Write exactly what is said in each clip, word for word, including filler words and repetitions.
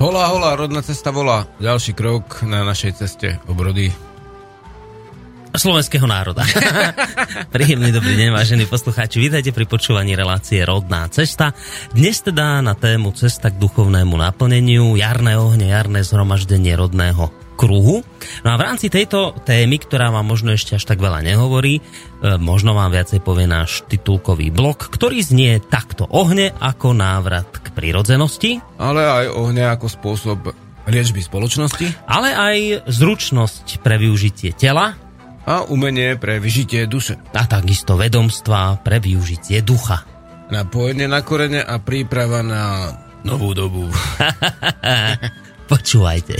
Hola, hola, rodná cesta volá. Ďalší krok na našej ceste obrody slovenského národa. Príjemný dobrý deň, vážení poslucháči. Vítajte pri počúvaní relácie Rodná cesta. Dnes teda na tému cesta k duchovnému naplneniu, jarné ohne, jarné zhromaždenie rodného kruhu. No a v rámci tejto témy, ktorá vám možno ešte až tak veľa nehovorí, možno vám viacej povie náš titulkový blok, ktorý znie takto: ohne ako návrat k prirodzenosti. Ale aj ohne ako spôsob liečby spoločnosti. Ale aj zručnosť pre využitie tela. A umenie pre vyžitie duše. A takisto vedomstva pre využitie ducha. Napojenie na korene a príprava na novú dobu. Počúvajte.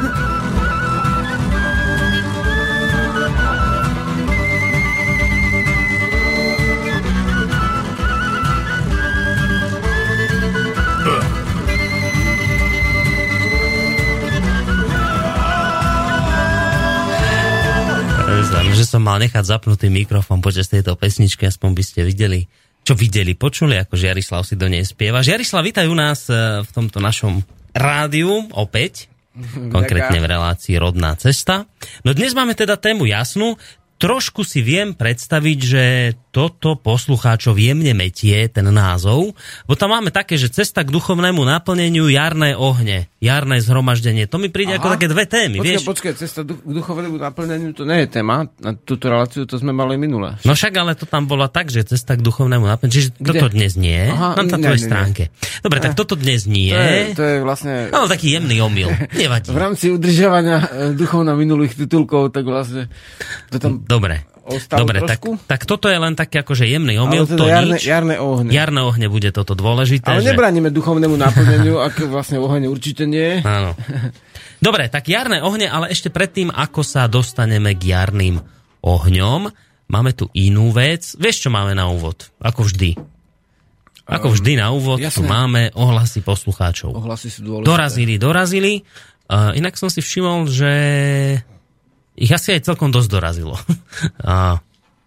Že som mal nechať zapnutý mikrofón počas tejto pesničky, aspoň by ste videli, čo videli, počuli, ako Žiarislav si do nej spieva. Žiarislav, vítaj u nás v tomto našom rádiu opäť, konkrétne v relácii Rodná cesta. No dnes máme teda tému jasnú. Trošku si viem predstaviť, že toto poslucháčov jemne metie, ten názov, bo tam máme také, že cesta k duchovnému naplneniu, jarné ohne, jarné zhromaždenie. To mi príde Aha. ako také dve témy, počkej, vieš? Počkaj, cesta k duchovnému naplneniu, to nie je téma. Na túto reláciu to sme mali minule. No však, ale to tam bola tak, že cesta k duchovnému naplneniu. Čiže Kde? Toto dnes nie, Aha, na tvojej stránke. Dobre, tak toto dnes nie. To je, to je vlastne... No, taký jemný omyl, nevadí. V rámci udržiavania duchovna minulých titulkov, tak vlastne to tam... Dobre. Dobre, tak, tak toto je len taký akože jemný omyl, teda to jarné, nič. Jarné ohne. Jarné ohne bude toto dôležité. Ale že... nebránime duchovnému naplneniu, ak vlastne oheň určite nie. Áno. Dobre, tak jarné ohne, ale ešte predtým, ako sa dostaneme k jarným ohňom, máme tu inú vec. Vieš, čo máme na úvod? Ako vždy. Ako vždy na úvod um, tu máme ohlasy poslucháčov. Ohlasy sú dôležité. Dorazili, dorazili. Uh, inak som si všimol, že... ich asi aj celkom dosť dorazilo. A,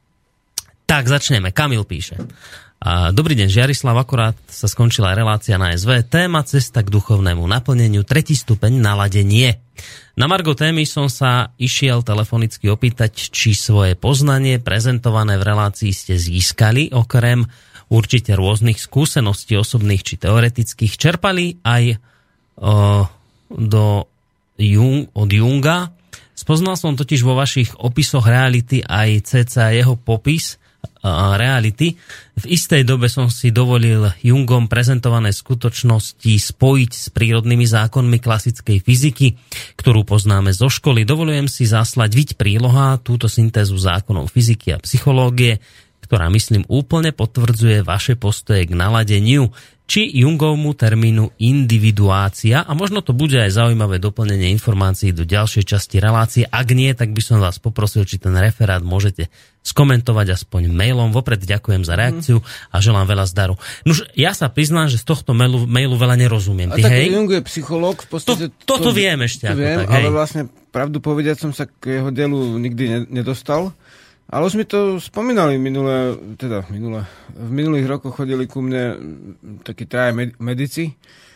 tak, začneme. Kamil píše. A, dobrý deň, Žiarislav, akorát sa skončila relácia na es vé. Téma cesta k duchovnému naplneniu, tretí stupeň naladenie. Na margo témy som sa išiel telefonicky opýtať, či svoje poznanie prezentované v relácii ste získali, okrem určite rôznych skúseností osobných či teoretických, čerpali aj o, do Jung, od Junga. Spoznal som totiž vo vašich opisoch reality aj cca jeho popis uh, reality. V istej dobe som si dovolil Jungom prezentované skutočnosti spojiť s prírodnými zákonmi klasickej fyziky, ktorú poznáme zo školy. Dovolujem si zaslať vid príloha, túto syntézu zákonov fyziky a psychológie, ktorá, myslím, úplne potvrdzuje vaše postoje k naladeniu či Jungovmu termínu individuácia, a možno to bude aj zaujímavé doplnenie informácií do ďalšej časti relácie. Ak nie, tak by som vás poprosil, či ten referát môžete skomentovať aspoň mailom. Vopred ďakujem za reakciu a želám veľa zdaru. Nuž, ja sa priznám, že z tohto mailu, mailu veľa nerozumiem. Ty, a tak hej? Jung je psychológ, v podstate... To, toto to, viem ešte. To ako viem, tak, ale hej. vlastne pravdu povediať som sa k jeho dielu nikdy nedostal. Ale už mi to spomínali minulé, teda minulé, v minulých rokoch chodili ku mne takí traja medici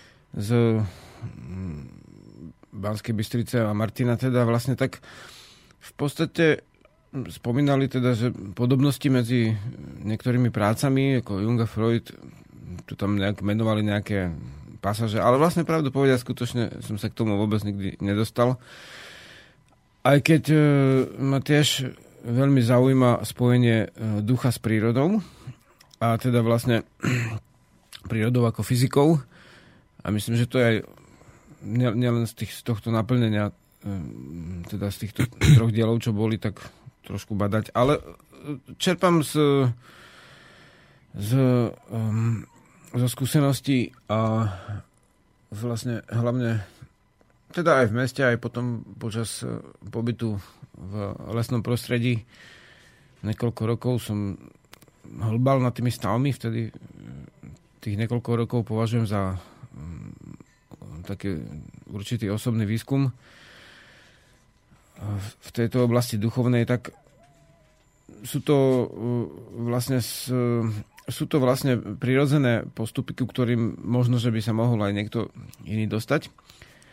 z Banskej Bystrice a Martina, teda vlastne tak v podstate spomínali teda, že podobnosti medzi niektorými prácami, ako Jung a Freud, tu tam nejak menovali nejaké pasáže, ale vlastne pravdu povedať, skutočne som sa k tomu vôbec nikdy nedostal. Aj keď e, ma tiež veľmi zaujíma spojenie ducha s prírodou a teda vlastne prírodou ako fyzikou, a myslím, že to je aj nielen z, tých, z tohto naplnenia, teda z týchto troch dielov, čo boli, tak trošku badať, ale čerpám z, z, um, zo skúseností a vlastne hlavne teda aj v meste, aj potom počas pobytu v lesnom prostredí niekoľko rokov som hlbal nad tými stavmi, vtedy tých niekoľko rokov považujem za um, taký určitý osobný výskum v tejto oblasti duchovnej, tak sú to uh, vlastne s, uh, sú to vlastne prirodzené postupy, ku ktorým možno, že by sa mohol aj niekto iný dostať.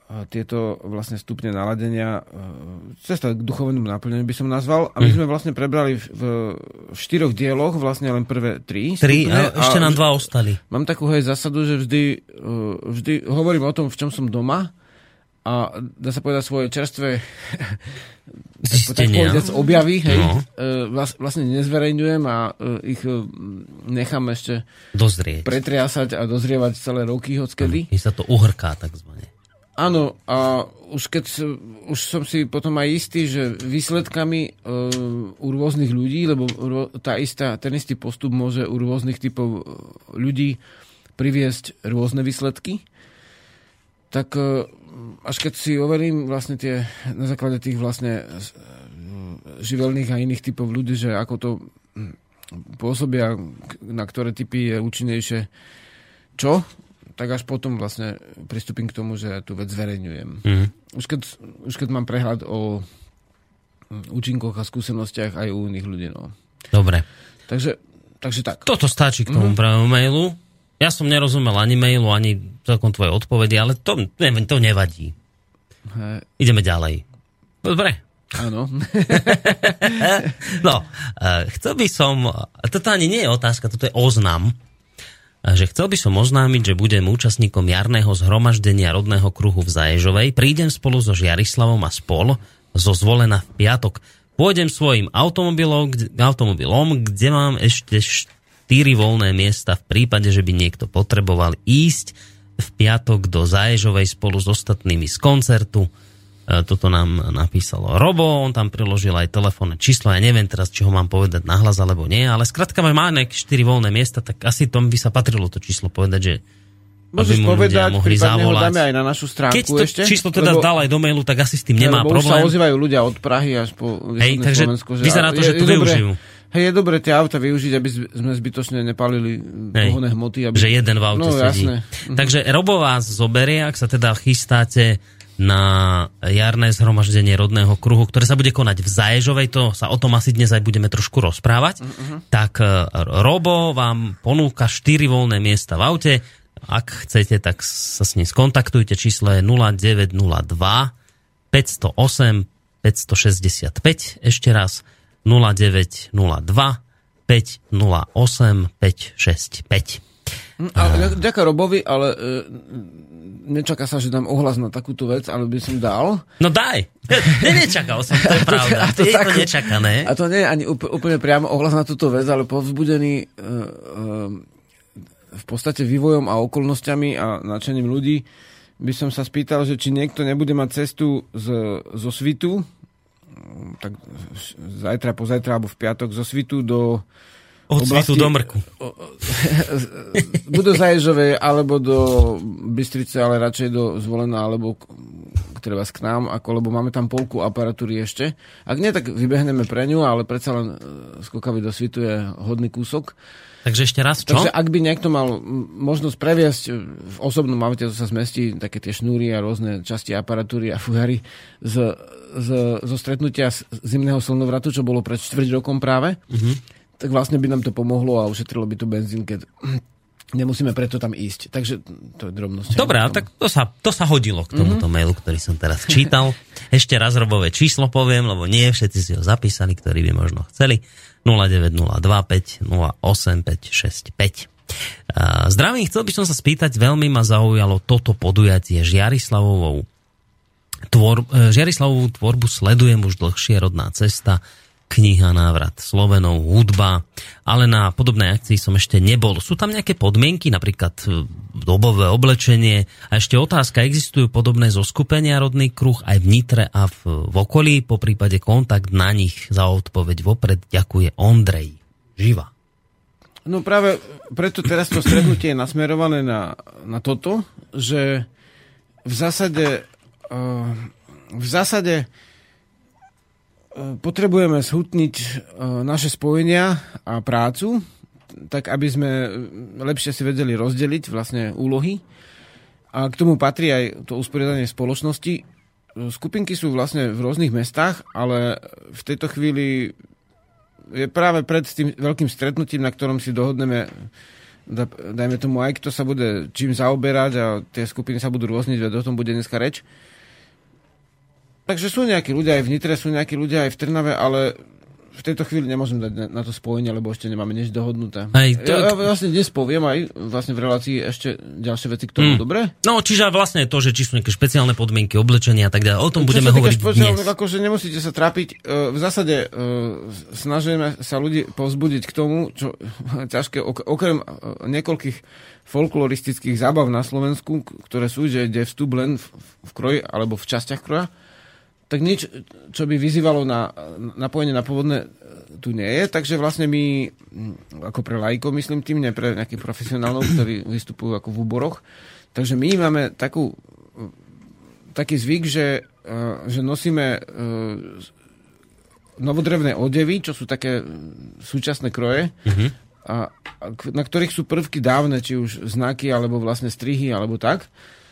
tieto vlastne stupne naladenia, cesta k duchovnému naplneniu by som nazval. A my sme vlastne prebrali v, v štyroch dieloch vlastne len prvé tri. Tri, a ešte nám dva ostali. Mám takú hej zásadu, že vždy, vždy hovorím o tom, v čom som doma a dá sa povedať svoje čerstvé zistenia, objavy, hej, no. vlastne nezverejňujem a ich nechám ešte dozrieť, pretriasať a dozrievať celé roky, hockedy. I sa to uhrká takzvané. Áno, a už keď už som si potom aj istý, že výsledkami uh, u rôznych ľudí, lebo tá istá, ten istý postup môže u rôznych typov ľudí priviesť rôzne výsledky, tak uh, až keď si overím vlastne tie, na základe tých vlastne živelných a iných typov ľudí, že ako to pôsobia, na ktoré typy je účinnejšie čo, tak až potom vlastne pristúpim k tomu, že tú vec zverejňujem. Mm. Už, keď, už keď mám prehľad o účinkoch a skúsenostiach aj u iných ľudí. No. Dobre. Takže, takže tak. Toto stačí k tomu mm. pravému mailu. Ja som nerozumel ani mailu, ani celkom tvoje odpovede, ale to, neviem, to nevadí. He. Ideme ďalej. Dobre. Áno. No, chcel by som, toto ani nie je otázka, toto je oznam, že chcel by som oznámiť, že budem účastníkom jarného zhromaždenia rodného kruhu v Zaježovej. Prídem spolu so Žiarislavom a spol zo Zvolena v piatok. Pôjdem svojim automobilom, automobilom, kde mám ešte štyri voľné miesta v prípade, že by niekto potreboval ísť v piatok do Zaježovej spolu s ostatnými z koncertu. Toto nám napísalo Robo, on tam priložil aj telefónne číslo, ja neviem teraz, či ho mám povedať nahlas alebo nie, ale skrátka má nejaké štyri voľné miesta, tak asi tom by sa patrilo to číslo povedať, že môžeš aby mu povedať, ľudia mohli zavolať. Dáme aj na našu stránku. Keď to ešte, číslo teda lebo, dal aj do mailu, tak asi s tým nemá lebo problém. Lebo už sa ozývajú ľudia od Prahy až po Hej, takže Slovensko. Že vyzerá to, že to využijú. Hej, je dobre tie auta využiť, aby sme zbytočne nepalili pohonné hmoty. Aby... Že jeden v aute no, sedí. Jasné. Takže Robo vás zoberie, ak sa teda chystáte na jarné zhromaždenie rodného kruhu, ktoré sa bude konať v Zaježovej, to sa o tom asi dnes aj budeme trošku rozprávať, uh-huh. tak Robo vám ponúka štyri voľné miesta v aute. Ak chcete, tak sa s ním skontaktujte. Číslo je nula deväť nula dva päť nula osem päť šesť päť. Ešte raz nula deväť nula dva päť nula osem päť šesť päť. Ale ďakujem Robovi, ale e, nečaká sa, že dám ohlas na takúto vec, ale by som dal. No daj. Ne, nečakal som, to je pravda. To je to nečakané. A to nie je ani úplne priamo ohlas na túto vec, ale povzbudený e, e, v podstate vývojom a okolnostiami a nadšením ľudí by som sa spýtal, že či niekto nebude mať cestu z, zo Svitu, tak zajtra, pozajtra alebo v piatok zo Svitu do od Svitu do Mrku. Buď do Zaježovej, alebo do Bystrice, ale radšej do Zvolena, alebo treba k nám, ako, lebo máme tam polku aparatúry ešte. Ak nie, tak vybehneme pre ňu, ale predsa len skokavý do Svitu je hodný kúsok. Takže ešte raz, čo? Takže ak by niekto mal možnosť previesť v osobnom aute, to sa zmestí také tie šnúry a rôzne časti aparatúry a fujary z, z, zo stretnutia zimného slnovratu, čo bolo pred štvrť rokom práve, mm-hmm. tak vlastne by nám to pomohlo a ušetrilo by to benzín, keď nemusíme preto tam ísť. Takže to je drobnosť. Dobre, tak to sa, to sa hodilo k tomuto mm-hmm. mailu, ktorý som teraz čítal. Ešte raz Robové číslo poviem, lebo nie všetci si ho zapísali, ktorí by možno chceli. nula deväť nula dva päť nula osem päť šesť päť. Zdravím, chcel by som sa spýtať, veľmi ma zaujalo toto podujatie Žiarislavovou tvor, Žiarislavovú tvorbu sledujem už dlhšie, Rodná cesta, kniha Návrat Slovenov, hudba, ale na podobnej akcii som ešte nebol. Sú tam nejaké podmienky, napríklad dobové oblečenie? A ešte otázka, existujú podobné zoskupenia Rodný kruh aj v Nitre a v, v okolí, po prípade kontakt na nich? Za odpoveď vopred ďakuje Ondrej. Živa. No práve preto teraz to stretnutie je nasmerované na, na toto, že v zásade uh, v zásade potrebujeme zhutniť naše spojenia a prácu, tak aby sme lepšie si vedeli rozdeliť vlastne úlohy. A k tomu patrí aj to usporiadanie spoločnosti. Skupinky sú vlastne v rôznych mestách, ale v tejto chvíli je práve pred tým veľkým stretnutím, na ktorom si dohodneme dajme tomu aj, kto sa bude čím zaoberať a tie skupiny sa budú rôzniť, veď o tom bude dneska reč. Takže sú nejakí ľudia aj v Nitre, sú nejakí ľudia aj v Trnave, ale v tejto chvíli nemôžem dať na to spojenie, lebo ešte nemáme nič dohodnuté. Aj to... ja, ja vlastne dnes poviem aj vlastne v relácii ešte ďalšie veci k tomu, mm. dobre? No, čiže vlastne to, že či sú nejaké špeciálne podmienky, oblečenia a tak ďalej, o tom čo budeme hovoriť dnes. Akože nemusíte sa trápiť. V zásade snažíme sa ľudí povzbudiť k tomu, čo ťažké, okrem niekoľkých folkloristických zábav na Slovensku, ktoré sú, že ide vstup len v, v kroji alebo v častiach kroja, tak nič, čo by vyzývalo na napojenie na pôvodné, tu nie je. Takže vlastne my, ako pre laikov, myslím tým, nie pre nejakých profesionálov, ktorí vystupujú ako v úboroch. Takže my máme takú, taký zvyk, že, že nosíme novodrevné odevy, čo sú také súčasné kroje, mm-hmm. a, na ktorých sú prvky dávne, či už znaky, alebo vlastne strihy, alebo tak.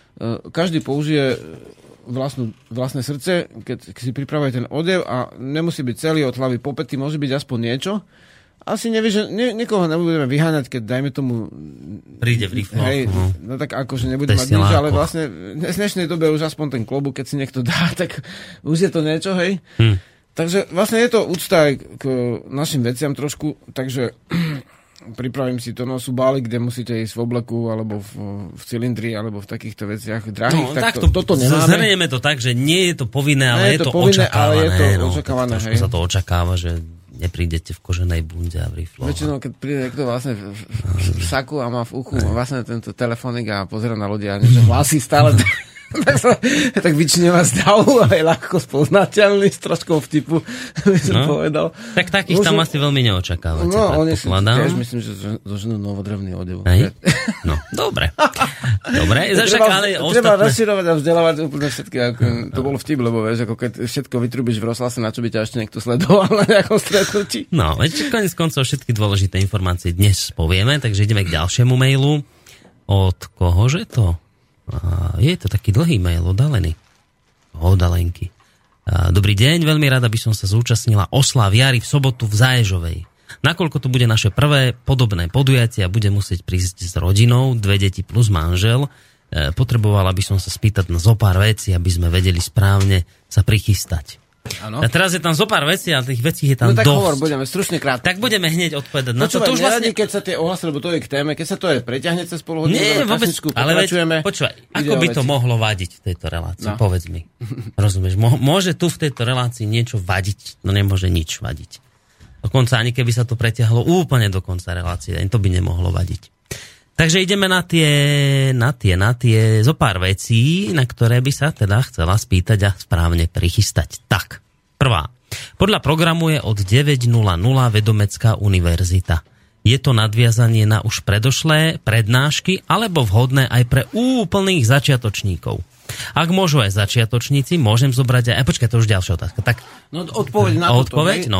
Každý použije Vlastnú, vlastné srdce, keď, keď si pripravuje ten odev a nemusí byť celý od hlavy po pety, môže byť aspoň niečo. Asi nevie, že nie, niekoho nebudeme vyháňať, keď dajme tomu... Príde v rifloch. Hej, no. no tak akože nebude mať nič, ale vlastne v dnešnej dobe už aspoň ten klobúk, keď si niekto dá, tak už je to niečo, hej. Hm. Takže vlastne je to úcta aj k našim veciam trošku, takže... pripravím si to, no sú bály, kde musíte ísť v obleku, alebo v, v cylindri, alebo v takýchto veciach drahých, no, tak to, toto nemáme. Zhrnieme to tak, že nie je to povinné, ale je, je to, to povinné, očakávané. Ale je to no, očakávané, hej. sa to očakáva, že neprídete v koženej bunde a v rifloch. Väčšinou, keď príde niekto vlastne v, v, v saku a má v uchu vlastne tento telefónik a pozera na ľudia a niečo hlási stále... tak, sa, tak vyčneva z davu a je ľahko spoznateľný s troškou vtipu, by som no, povedal. Tak takých Môžem... tam asi veľmi neočakávate. No, oni si tiež myslím, že zoženú novodrevný odev. No, dobre. Dobre, zašak, treba, ale ostatné... Treba rozširovať a vzdelávať úplne všetky. Ako, to bol vtip, lebo vieš, ako keď všetko vytrubíš v rozhlase, na čo by ťa ešte niekto sledoval na nejakom stretnutí. No, veď koniec koncov všetky dôležité informácie dnes povieme, takže ideme k ďalšiemu mailu. Od kohože to? A je to taký dlhý mail od Aleny. Od Alenky. A dobrý deň, veľmi rada by som sa zúčastnila oslav jary v sobotu v Záježovej. Nakoľko to bude naše prvé podobné podujatie a bude musieť prísť s rodinou, dve deti plus manžel, e, potrebovala by som sa spýtať na zopár vecí, aby sme vedeli správne sa prichystať. Ano. A teraz je tam zopár vecí, ale tých vecí je tam no, tak dosť. Hovor, budeme stručne krátko. Tak budeme hneď odpovedať. No čo, to už vlastne... keď sa tie ohlasy, lebo to je k téme, keď sa to je preťahne cez pol hodinu, nie, vôbec, ale veď, počúvaj, ako by to mohlo vadiť v tejto relácii? No. Povedz mi. Rozumieš, môže tu v tejto relácii niečo vadiť? No nemôže nič vadiť. Dokonca ani keby sa to preťahlo úplne do konca relácie, ani to by nemohlo vadiť. Takže ideme na tie, na tie, na tie zopár vecí, na ktoré by sa teda chcela spýtať a správne prichystať. Tak, prvá. Podľa programu je od deväť nula nula Vedomecká univerzita. Je to nadviazanie na už predošlé prednášky alebo vhodné aj pre úplných začiatočníkov? Ak môžu aj začiatočníci, môžem zobrať aj... Počkaj, to už ďalšia otázka. Tak, no odpoveď na to. Odpoveď, no.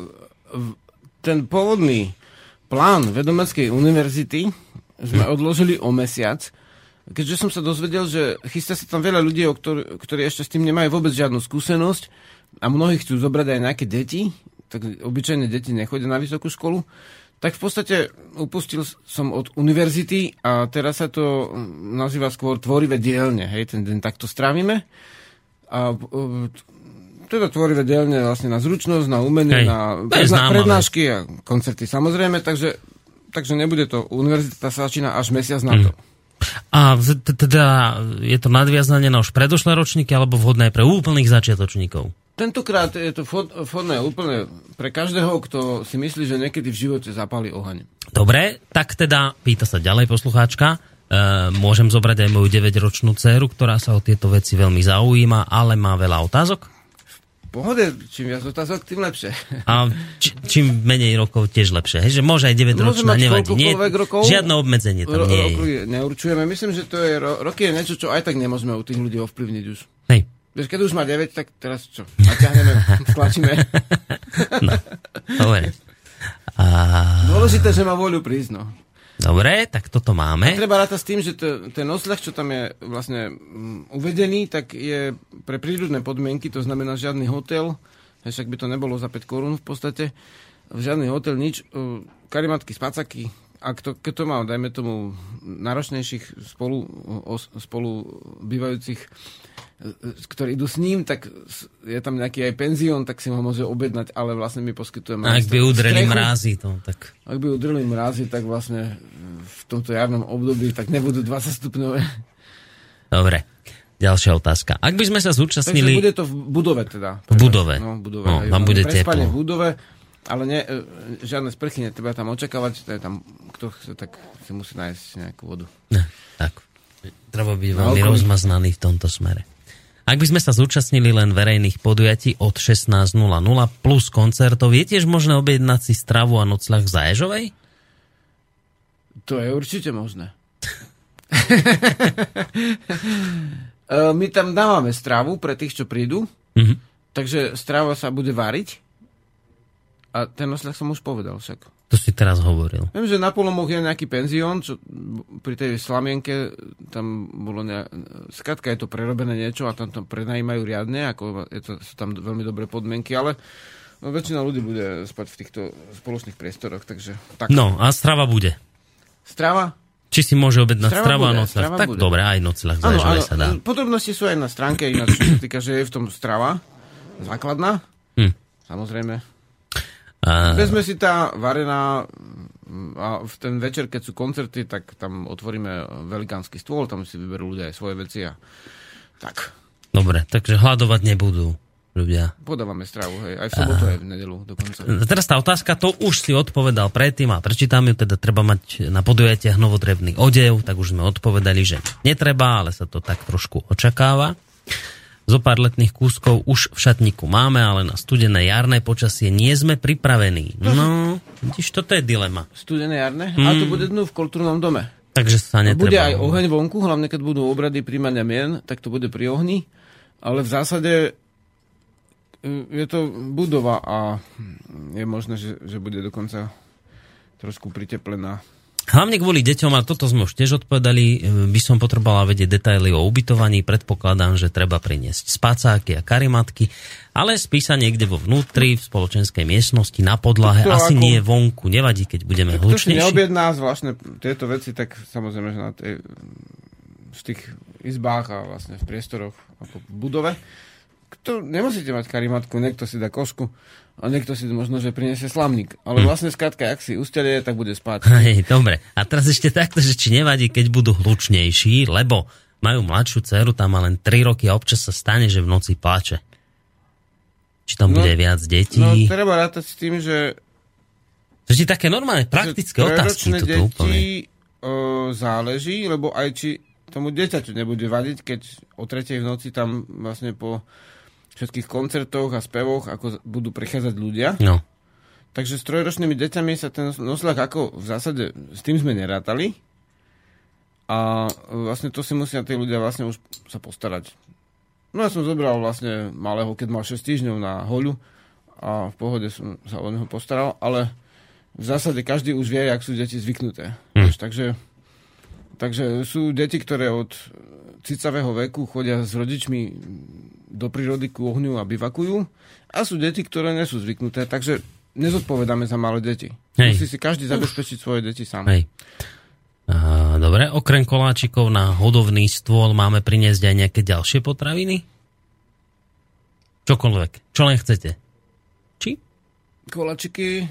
Ten pôvodný plán Vedomeckej univerzity sme hm. odložili o mesiac, keďže som sa dozvedel, že chystá sa tam veľa ľudí, ktorí, ktorí ešte s tým nemajú vôbec žiadnu skúsenosť, a mnohí chcú zobrať aj nejaké deti, tak obyčajne deti nechodia na vysokú školu, tak v podstate upustil som od univerzity a teraz sa to nazýva skôr tvorivé dielne. Hej, ten deň takto strávime. A teda tvorivé dielne vlastne na zručnosť, na umenie, hej, na predna- prednášky a koncerty samozrejme, takže, takže nebude to, univerzita sa začína až mesiac na to. Hmm. A teda je to nadviazanie na už predošlé ročníky alebo vhodné pre úplných začiatočníkov? Tentokrát je to vhodné úplne pre každého, kto si myslí, že niekedy v živote zapáli oheň. Dobre, tak teda pýta sa ďalej poslucháčka. E, môžem zobrať aj moju deväťročnú dcéru, ktorá sa o tieto veci veľmi zaujíma, ale má veľa otázok? V pohode, čím viac otázok, tým lepšie. A či, čím menej rokov, tiež lepšie. Hej, že môže aj deväťročná, nevadí. Nie, žiadne obmedzenie tam nie je. Neurčujeme. Myslím, že to je roky je niečo, čo aj tak nemôžeme u tých ľudí ovplyvniť už. Hej. Vieš, keď už má deväť, tak teraz čo? Naťahneme, stlačíme. No, dobre. A... Dôležité, že má voľu prísť, no. Dobre, tak toto máme. A treba rátať s tým, že to, ten osľah, čo tam je vlastne um, uvedený, tak je pre prírodné podmienky, to znamená žiadny hotel, však by to nebolo za päť korún v podstate, žiadny hotel, nič, uh, karimatky, spacaky, ak to, keď to má, dajme tomu, náročnejších spolu, os, spolu bývajúcich, ktorí idú s ním, tak je tam nejaký aj penzión, tak si ho môže objednať, ale vlastne my poskytujeme... Ak by udreli mrázy, to tak... Ak by udreli mrázy, tak vlastne v tomto jarnom období tak nebudú dvadsať stupňové. Dobre. Ďalšia otázka. Ak by sme sa zúčastnili... Takže bude to v budove teda. V budove. No, v budove. No, vám bude teplo. v budove, ale ne, žiadne sprchy netreba tam očakávať. To je tam, kto chce, tak si musí nájsť nejakú vodu. Ne, tak. Treba byť veľmi no, rozmaznaný v tomto smere. Ak by sme sa zúčastnili len verejných podujatí od šestnásť nula nula plus koncertov, je tiež možné objednať si stravu a nocľah v Záježovej? To je určite možné. My tam dávame stravu pre tých, čo prídu, mm-hmm. takže strava sa bude variť a ten nocľah som už povedal však. To si teraz hovoril. Viem, že na Polomoch je nejaký penzión, čo pri tej Slamienke tam bolo ne... skrátka je to prerobené niečo a tam to prenajímajú riadne, ako je to, sú tam veľmi dobré podmienky, ale no, väčšina ľudí bude spať v týchto spoločných priestoroch, takže tak. No, a strava bude? Strava? Či si môže objednať strava strava bude, a nocľah? Tak bude. Dobre, aj nocľah Záježovej sa dá. Podrobnosti sú aj na stránke, ináč čo sa týka, že je v tom strava základná, hm. samozrejme. A... Vezme si tá varená a v ten večer, keď sú koncerty, tak tam otvoríme velikánsky stôl, tam si vyberú ľudia aj svoje veci a tak. Dobre, takže hľadovať nebudú ľudia. Podávame stravu, hej, aj v sobotu, a... aj v nedeľu dokonca. Teraz tá otázka, to už si odpovedal predtým a prečítam ju, teda treba mať na podujatiach novodrebný odev, tak už sme odpovedali, že netreba, ale sa to tak trošku očakáva. Zo pár letných kúskov už v šatníku máme, ale na studené jarné počasie nie sme pripravení. No, vidíš, toto je dilema. Studené jarné? Mm. A to bude dnu v kultúrnom dome. Takže sa netreba. Bude aj oheň vonku, hlavne keď budú obrady príjmania mien, tak to bude pri ohni, ale v zásade je to budova a je možné, že, že bude dokonca trošku priteplená. Hlavne kvôli deťom, a toto sme už tiež odpovedali, by som potrebovala vedieť detaily o ubytovaní. Predpokladám, že treba priniesť spacáky a karimatky, ale spí sa niekde vo vnútri, v spoločenskej miestnosti, na podlahe, asi ako... nie vonku. Nevadí, keď budeme hlučnejší. Kto si neobjedná zvláštne tieto veci, tak samozrejme, že na tej, v tých izbách a vlastne v priestoroch ako v budove, to nemusíte mať karimatku, niekto si dá košku a niekto si možno, že priniesie slamník. Ale hm. vlastne skrátka, ak si ustelie, tak bude spať. Hej, dobre. A teraz ešte takto, že či nevadí, keď budú hlučnejší, lebo majú mladšiu dceru, tam má len tri roky a občas sa stane, že v noci pláče. Či tam no, bude viac detí? No, treba rátať s tým, že... To je také normálne, praktické otázky. Trojročné deti úplne. O, záleží, lebo aj či tomu dieťaťu nebude vadiť, keď o tretej v noci tam vlastne po všetkých koncertoch a spevoch, ako budú prichádzať ľudia. No. Takže s trojročnými deťami sa ten nocľah ako v zásade, s tým sme nerátali. A vlastne to si musia tí ľudia vlastne už sa postarať. No ja som zobral vlastne malého, keď mal šesť týždňov na hoľu a v pohode som sa o neho postaral, ale v zásade každý už vie, jak sú deti zvyknuté. Hm. Takže, takže sú deti, ktoré od cicavého veku chodia s rodičmi do prírody ku ohňu a bivakujú a sú deti, ktoré nie sú zvyknuté, takže nezodpovedáme za malé deti. Hej. Musí si každý zabezpečiť svoje deti sám. Hej. A, dobre, okrem koláčikov na hodovný stôl máme priniesť aj nejaké ďalšie potraviny? Čokoľvek. Čo len chcete. Či? Koláčiky,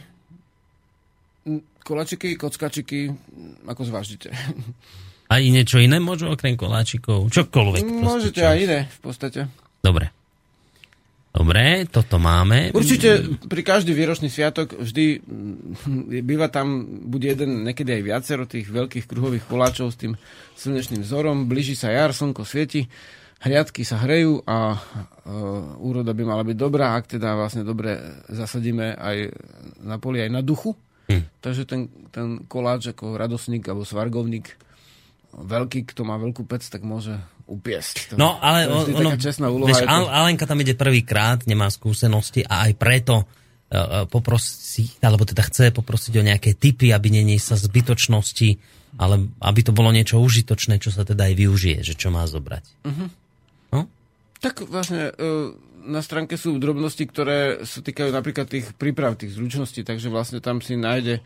koláčiky, kockačiky, ako zvážite. A i niečo iné môžu okrem koláčikov? Čokoľvek. Môžete aj iné v podstate. Dobre. Dobre, toto máme. Určite pri každý výročný sviatok vždy býva tam buď jeden, niekedy aj viacero tých veľkých kruhových koláčov s tým slnečným vzorom. Blíži sa jar, slnko svieti, hriadky sa hrejú a uh, úroda by mala byť dobrá, ak teda vlastne dobre zasadíme aj na poli, aj na duchu. Hm. Takže ten, ten koláč ako radosník alebo svargovník veľký, kto má veľkú pec, tak môže upiesť. To, no, ale to je ono, taká čestná úloha. Vieš, to... Alenka tam ide prvýkrát, nemá skúsenosti a aj preto uh, poprosí, alebo teda chce poprosiť o nejaké tipy, aby nie sa zbytočnosti, ale aby to bolo niečo užitočné, čo sa teda aj využije, že čo má zobrať. Uh-huh. No? Tak vlastne uh, na stránke sú drobnosti, ktoré sa týkajú napríklad tých príprav, tých zručností, takže vlastne tam si nájde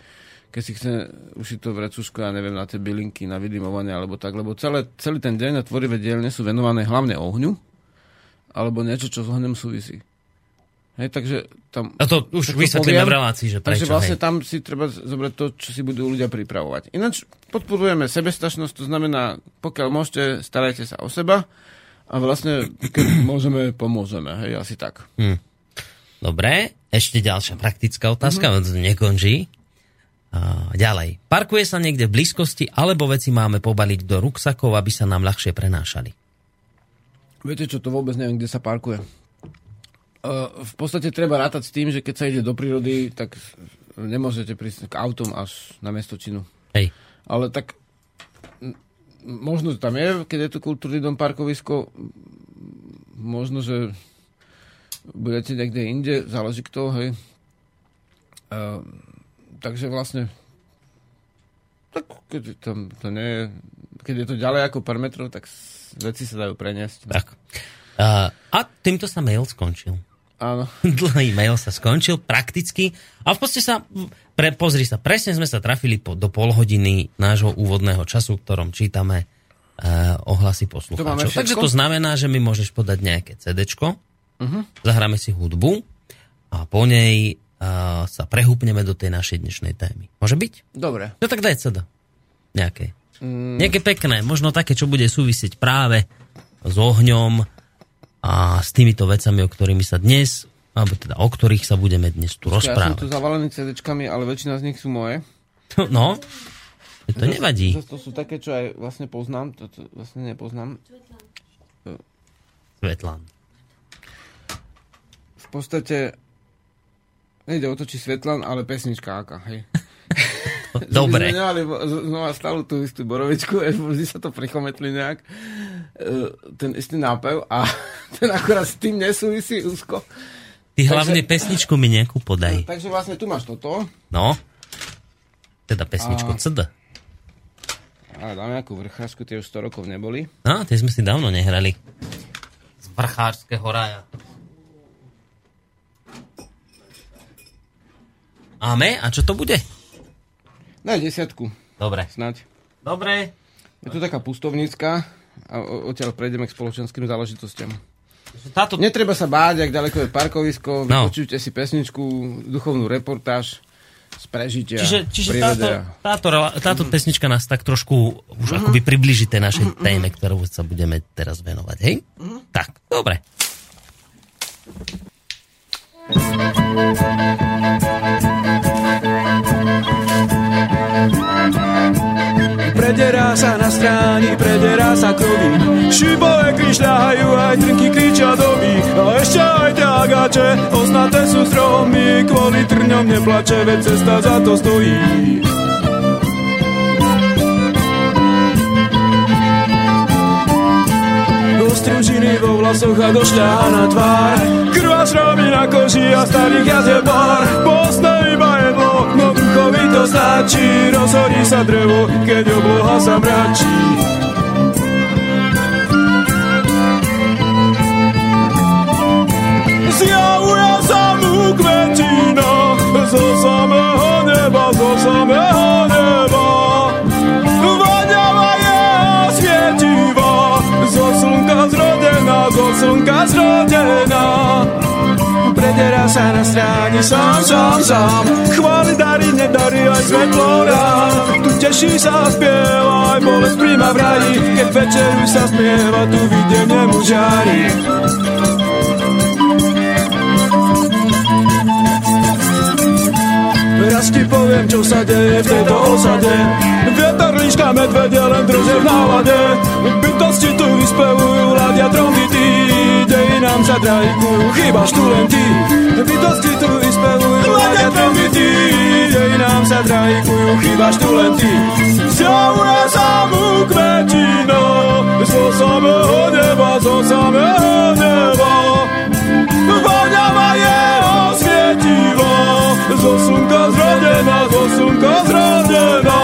keď si chce ušiť to vrecuško, ja neviem, na tie bylinky, na vydimovanie, alebo tak, lebo celé, celý ten deň na tvorivé dielne sú venované hlavne ohňu, alebo niečo, čo s ohňom súvisí. Hej, takže tam... A to už vysvetlíme v relácii, že prečo, takže vlastne hej. tam si treba zobrať to, čo si budú ľudia pripravovať. Ináč podporujeme sebestačnosť, to znamená, pokiaľ môžete, starajte sa o seba a vlastne, keď môžeme, pomôžeme. Hej, asi tak. Hm. Dobre, ešte ďalšia praktická otázka, mm-hmm. to nekončí. A ďalej. Parkuje sa niekde v blízkosti, alebo veci máme pobaliť do ruksakov, aby sa nám ľahšie prenášali? Viete čo, to vôbec neviem, kde sa parkuje. Uh, v podstate treba rátať s tým, že keď sa ide do prírody, tak nemôžete prísť k autom až na miesto činu. Hej. Ale tak m- možno tam je, keď je to kultúrny dom, parkovisko, možno, že budete niekde inde, záleží kto, hej. Uh, takže vlastne tak keď tam to nie je, keď je to ďalej ako pár metrov, tak veci sa dajú preniesť. Tak. Uh, a týmto sa mail skončil. Áno. Dlhý mail sa skončil prakticky a v podstate sa, pre, pozri sa, presne sme sa trafili po, do pol hodiny nášho úvodného času, v ktorom čítame uh, ohlasy poslucháčov. Takže to znamená, že mi môžeš podať nejaké cédečko, uh-huh. zahráme si hudbu a po nej uh, sa prehúpneme do tej našej dnešnej témy. Môže byť? Dobre. No tak daj céda. Nejaké. Mm. Nejaké pekné, možno také, čo bude súvisieť práve s ohňom a s týmito vecami, o ktorými sa dnes, alebo teda o ktorých sa budeme dnes tu rozprávať. Ja som tu zavalený cédečkami, ale väčšina z nich sú moje. No, to zas, nevadí. Zas to sú také, čo aj vlastne poznám, to, to vlastne nepoznám. Svetlán. V podstate nejde o to, či Svetlán, ale pesnička aká, hej. Dobre. My sme nemali znova stále tú istú borovičku, vždy sa to prichometli nejak, ten istý nápev a ten akorát s tým nesúvisí úzko. Ty takže, hlavne pesničku mi nejakú podaj. No, takže vlastne tu máš toto. No. Teda pesničku a... cé dé. Ale dáme nejakú vrchářku, tie už sto rokov neboli. No, tie sme si dávno nehrali. Z vrchářského raja. Áme? A čo to bude? Daj desiatku. Dobre. Snaď. Dobre. Je tu taká pustovnícka a odtiaľ prejdeme k spoločenským záležitostiam. Táto... Netreba sa báť, ak ďaleko je parkovisko, no. Vypočujte si pesničku, duchovnú reportáž z prežitia. Čiže, čiže táto, táto, táto pesnička nás tak trošku už uh-huh. akoby približí tej našej uh-huh. téme, ktorú sa budeme teraz venovať, hej? Uh-huh. Tak, dobre. Prederá sa na stráni, prederá sa krovy. Šibové krišľahajú, aj trnky kričia doby. A ešte aj ťagače, osnaté sú stromy. Kvôli trňom neplače, veď cesta za to stojí. Stružiny vo vlasoch a došľahá na tvár. Krvá šrámy na koži a starých jazdie pár. Postne iba jedlo, no duchovi to stačí. Rozhorí sa drevo, keď obloha sa mračí. Zjavuje sa mu kvetina zo samého neba, zo samého neba. Voňava jeho svietiva, zo slnka zrodená, zo slnka zrodená. Prederá sa na stráni sám, sám, sám. Chváli, dary, nedary, aj svetlo rád. Tu teší sa, spieva, aj bolesť príjma v raji. Keď večeru sa smieva, tu videnie mu žári. Raz ti poviem, čo sa deje v tejto osade. Vietor, líška, medvede len drže v nálade. Bytosti tu vyspevujú, ladia trombity. Dejinám sa trajkujú, chýbaš tu len ty. Bytosti tu vyspevujú, ladia trombity. Dejinám sa trajkujú, chýbaš tu len ty. Zjavuje sa mu kvetina zo samého neba, zo samého neba. Voňava jeho svietivo, zo slnka zrodená, zo slnka zrodená.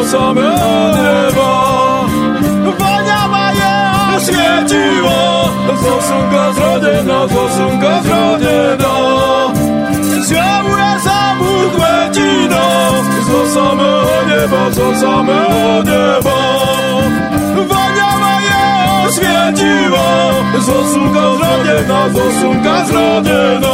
samého neba. Voňava jeho svietivo, zo slnka zrodená, zo slnka zrodená. Zjavuje sa mu kvetina, zo samého neba, zo samého neba. Voňava jeho svietivo, zo slnka zrodená, zo slnka zrodená.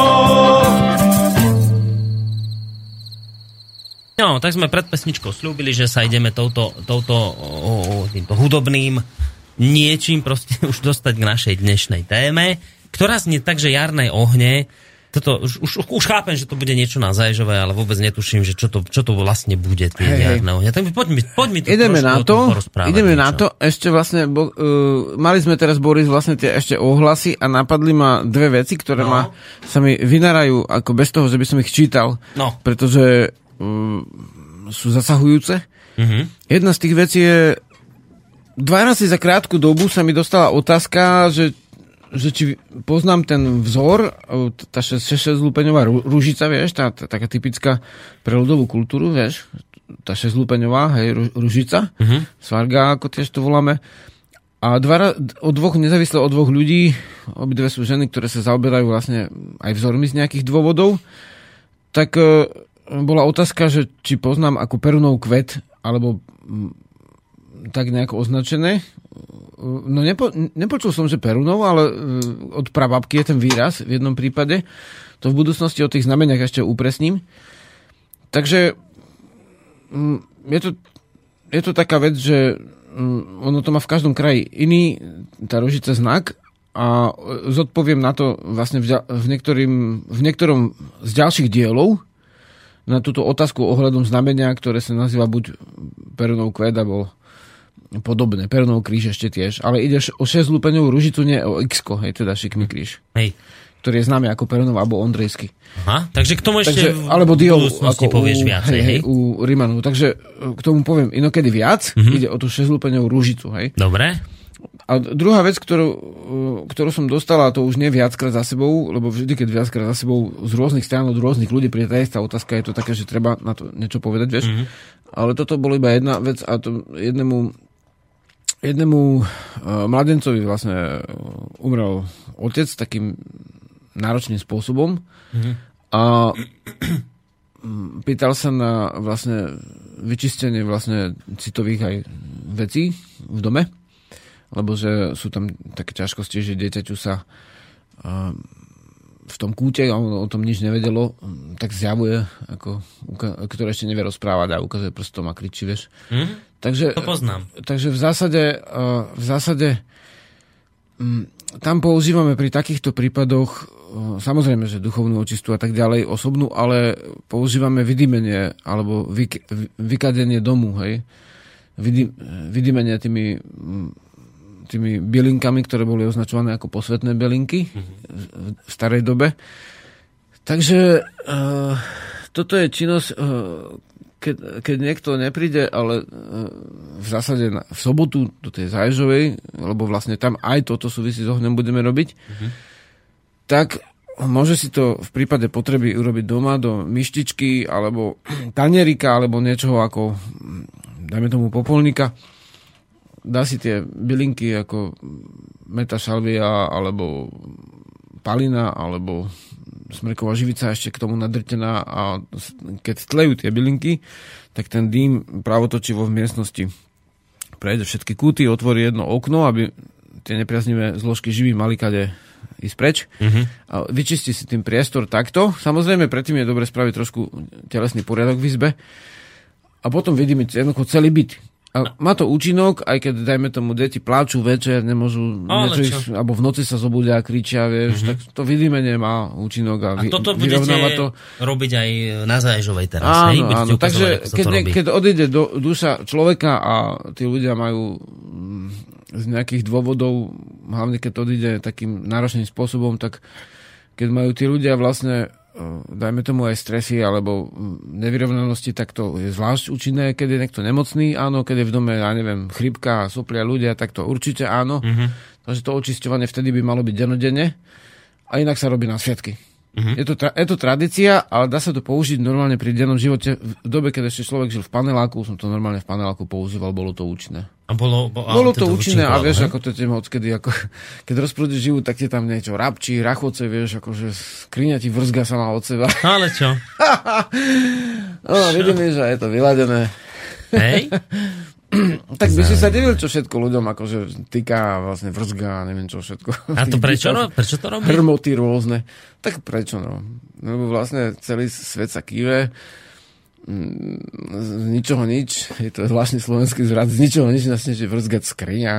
No, tak sme pred pesničkou slúbili, že sa ideme touto, touto o, týmto hudobným niečím proste už dostať k našej dnešnej téme, ktorá znie tak, že jarné ohne. Toto, už, už, už chápem, že to bude niečo na Zaježové, ale vôbec netuším, že čo to, čo to vlastne bude, tie hey, jarné ohne. Tak poď mi, poď mi to ideme na to, ideme niečo. na to. Ešte vlastne, bo, uh, mali sme teraz, Boris, vlastne tie ešte ohlasy a napadli ma dve veci, ktoré no. ma, sa mi vynárajú ako bez toho, že by som ich čítal. No. Pretože uh, sú zasahujúce. Uh-huh. Jedna z tých vecí je, dva razy za krátku dobu sa mi dostala otázka, že že či poznám ten vzor, tá šesťlúpeňová ružica, vieš, tá, tá taká typická pre ľudovú kultúru, vieš, tá šesťlúpeňová, hej, ružica, uh-huh. svarga, ako tiež to voláme. A dva, od dvoch, nezávisle od dvoch ľudí, obidve sú ženy, ktoré sa zaoberajú vlastne aj vzormi z nejakých dôvodov, tak e, bola otázka, že či poznám ako perunov kvet, alebo m, tak nejako označené. No nepo, nepočul som, že perunov, ale od prababky je ten výraz v jednom prípade. To v budúcnosti o tých znameniach ešte upresním. Takže je to, je to taká vec, že ono to má v každom kraji iný, tá ružica znak, a zodpoviem na to vlastne v, v, niektorým, v niektorom z ďalších dielov na túto otázku ohľadom znamenia, ktoré sa nazýva buď perunov kvet, alebo podobné. Perunov kríž ešte tiež. Ale ideš o šesťlúpeňovú ružicu, nie o X-ko, hej, teda šikmý kríž. Hej. Ktorý je známy ako Perunov alebo Ondrejský. Aha, takže k tomu ešte takže, alebo v budúcnosti povieš u, viacej, hej, hej? u Rimanu. Takže k tomu poviem inokedy viac. Mm-hmm. Ide o tú šesťlúpeňovú ružicu, hej. Dobre. A druhá vec, ktorú, ktorú som dostala, to už nie viackrát za sebou, lebo vždy, keď viackrát za sebou z rôznych strán od rôznych ľudí príde tá istá otázka, je to také, že treba na to niečo povedať, vieš. Mm-hmm. Ale toto bolo iba jedna vec a to jednému jednému uh, mladencovi vlastne umrel otec takým náročným spôsobom mm-hmm. a pýtal sa na vlastne vyčistenie vlastne citových aj vecí v dome, lebo že sú tam také ťažkosti, že dieťaťu sa uh, v tom kúte, a on o tom nič nevedelo, tak zjavuje, ako, ktoré ešte nevie rozprávať a ukazuje prstom a kričí, vieš. Mm? Takže, to poznám. Takže v zásade, v zásade tam používame pri takýchto prípadoch samozrejme, že duchovnú očistu a tak ďalej, osobnú, ale používame vydymenie alebo vyk, vykadenie domu, hej. Vydym, vydymenie tými tými bylinkami, ktoré boli označované ako posvetné bylinky mm-hmm. v starej dobe. Takže uh, toto je činnosť, uh, keď, keď niekto nepríde, ale uh, v zásade na, v sobotu do tej Zaježovej, lebo vlastne tam aj toto súvisí s ohňom budeme robiť, mm-hmm. tak môže si to v prípade potreby urobiť doma do myštičky, alebo tanierika, alebo niečoho ako, dajme tomu popolníka. Dá si tie bylinky ako meta šalvia, alebo palina, alebo smrková živica ešte k tomu nadrtená, a keď tlejú tie bylinky, tak ten dým pravotočivo v miestnosti prejde všetky kúty, otvorí jedno okno, aby tie nepriaznivé zložky živy mali kade ísť preč. Mm-hmm. A vyčistí si tým priestor takto. Samozrejme, predtým je dobre spraviť trošku telesný poriadok v izbe a potom vidíme jednoducho celý byt. A má to účinok, aj keď, dajme tomu, deti pláču večer, nemôžu, niečo ich, alebo v noci sa zobudia a kričia, vieš, mm-hmm. tak to vydymenie má účinok a, vy, a toto budete to robiť aj na Zaježovej teraz. Áno, hej? Áno, takže keď, ne, keď odíde do duša človeka a tí ľudia majú z nejakých dôvodov, hlavne keď odíde takým náročným spôsobom, tak keď majú tí ľudia vlastne, dajme tomu aj stresy alebo nevyrovnanosti, tak to je zvlášť účinné, keď je niekto nemocný, áno, keď je v dome, ja neviem, chrípka a soplia ľudia, tak to určite áno. Mm-hmm. Takže to očisťovanie vtedy by malo byť denodenne a inak sa robí na sviatky. Uh-huh. Je, to tra- je to tradícia, ale dá sa to použiť normálne pri dennom živote. V dobe, keď ešte človek žil v paneláku, som to normálne v paneláku používal, bolo to účinné. A bolo, bo, bolo to účinné a vieš, he? Ako to tým odkedy, ako, keď rozprúdiš život, tak ti tam niečo rabčí, rachoce, vieš, akože skriňa ti vrzga sama od seba. Ale čo? No, vidíme, že je to vyladené. Hej? Tak by si sa divil, čo všetko ľuďom akože týka vlastne vrzga, neviem čo všetko. A to prečo, no? Prečo to robí? Hrmoty rôzne. Tak prečo, no? Lebo vlastne celý svet sa kýve z ničoho nič. Je to zvláštny slovenský zvrat. Z ničoho nič nás neže vrzgať skriňa.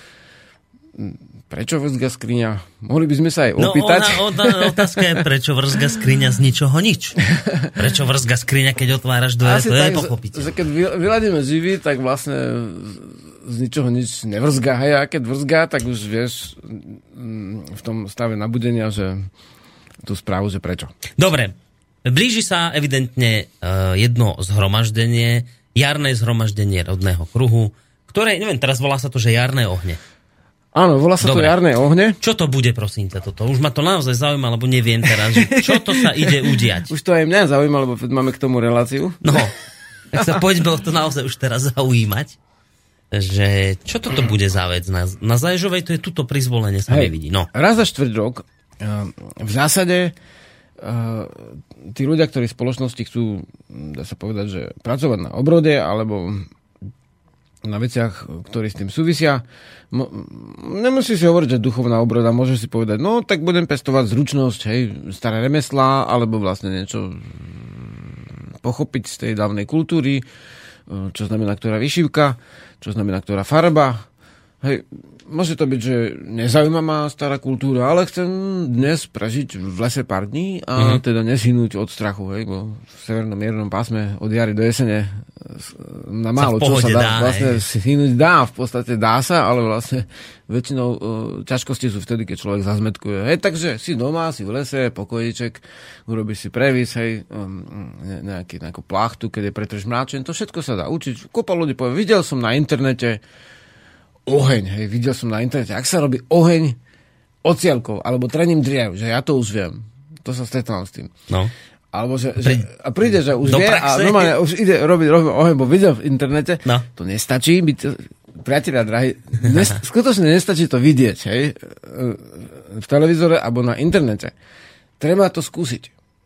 Prečo vrzga skriňa? Mohli by sme sa aj opýtať. No ona, ona, otázka je, prečo vrzga skriňa z ničoho nič? Prečo vrzga skriňa, keď otváraš dvere? Asi to tak, je pochopiteľné. Keď vyladíme živý, tak vlastne z ničoho nič nevrzga. Hej, a keď vrzga, tak už vieš v tom stave nabudenia, že tú správu, že prečo. Dobre. Blíži sa evidentne uh, jedno zhromaždenie, jarné zhromaždenie rodného kruhu, ktoré, neviem, teraz volá sa to, že jarné ohne. Áno, volá sa Dobre. to jarné ohne. Čo to bude, prosím ťa, toto? Už ma to naozaj zaujíma, lebo neviem teraz, čo to sa ide udiať. Už to aj mňa zaujíma, lebo máme k tomu reláciu. No, tak sa poďme to naozaj už teraz zaujímať, že čo toto bude za vec? Na, na Zaježovej to je tuto prizvolenie sa Hej, nevidí. No. Raz za štvrť rok, v zásade tí ľudia, ktorí v spoločnosti chcú, dá sa povedať, že pracovať na obrode, alebo na veciach, ktoré s tým súvisia. Mo- nemusí si hovoriť, že duchovná obroda, môžeš si povedať, no tak budem pestovať zručnosť, hej, staré remeslá, alebo vlastne niečo pochopiť z tej dávnej kultúry, čo znamená ktorá vyšívka, čo znamená ktorá farba. Hej, môže to byť, že nezaujíma ma stará kultúra, ale chcem dnes prežiť v lese pár dní a mm-hmm. teda nezhynúť od strachu, hej, bo v severnom miernom pásme od jary do jesene na málo čo sa dá, dá vlastne zhynúť dá, v podstate dá sa, ale vlastne väčšinou uh, ťažkosti sú vtedy, keď človek zazmetkuje. Hej, takže si doma, si v lese, pokojíček, urobíš si previs, hej, um, nejaký, nejakú plachtu, keď je pretrž mráčen, to všetko sa dá učiť. Kopa ľudí povie, videl som na internete oheň, hej, videl som na internete, ak sa robí oheň ocielkou, alebo trením driev, že ja to už viem. To sa stretám s tým. No. Alebo že, že a príde, že už vie praxe. A normálne už ide robiť, robiť oheň, bo videl v internete. No. To nestačí byť, priatelia drahí, nest, skutočne nestačí to vidieť, hej, v televízore alebo na internete. Treba to skúsiť.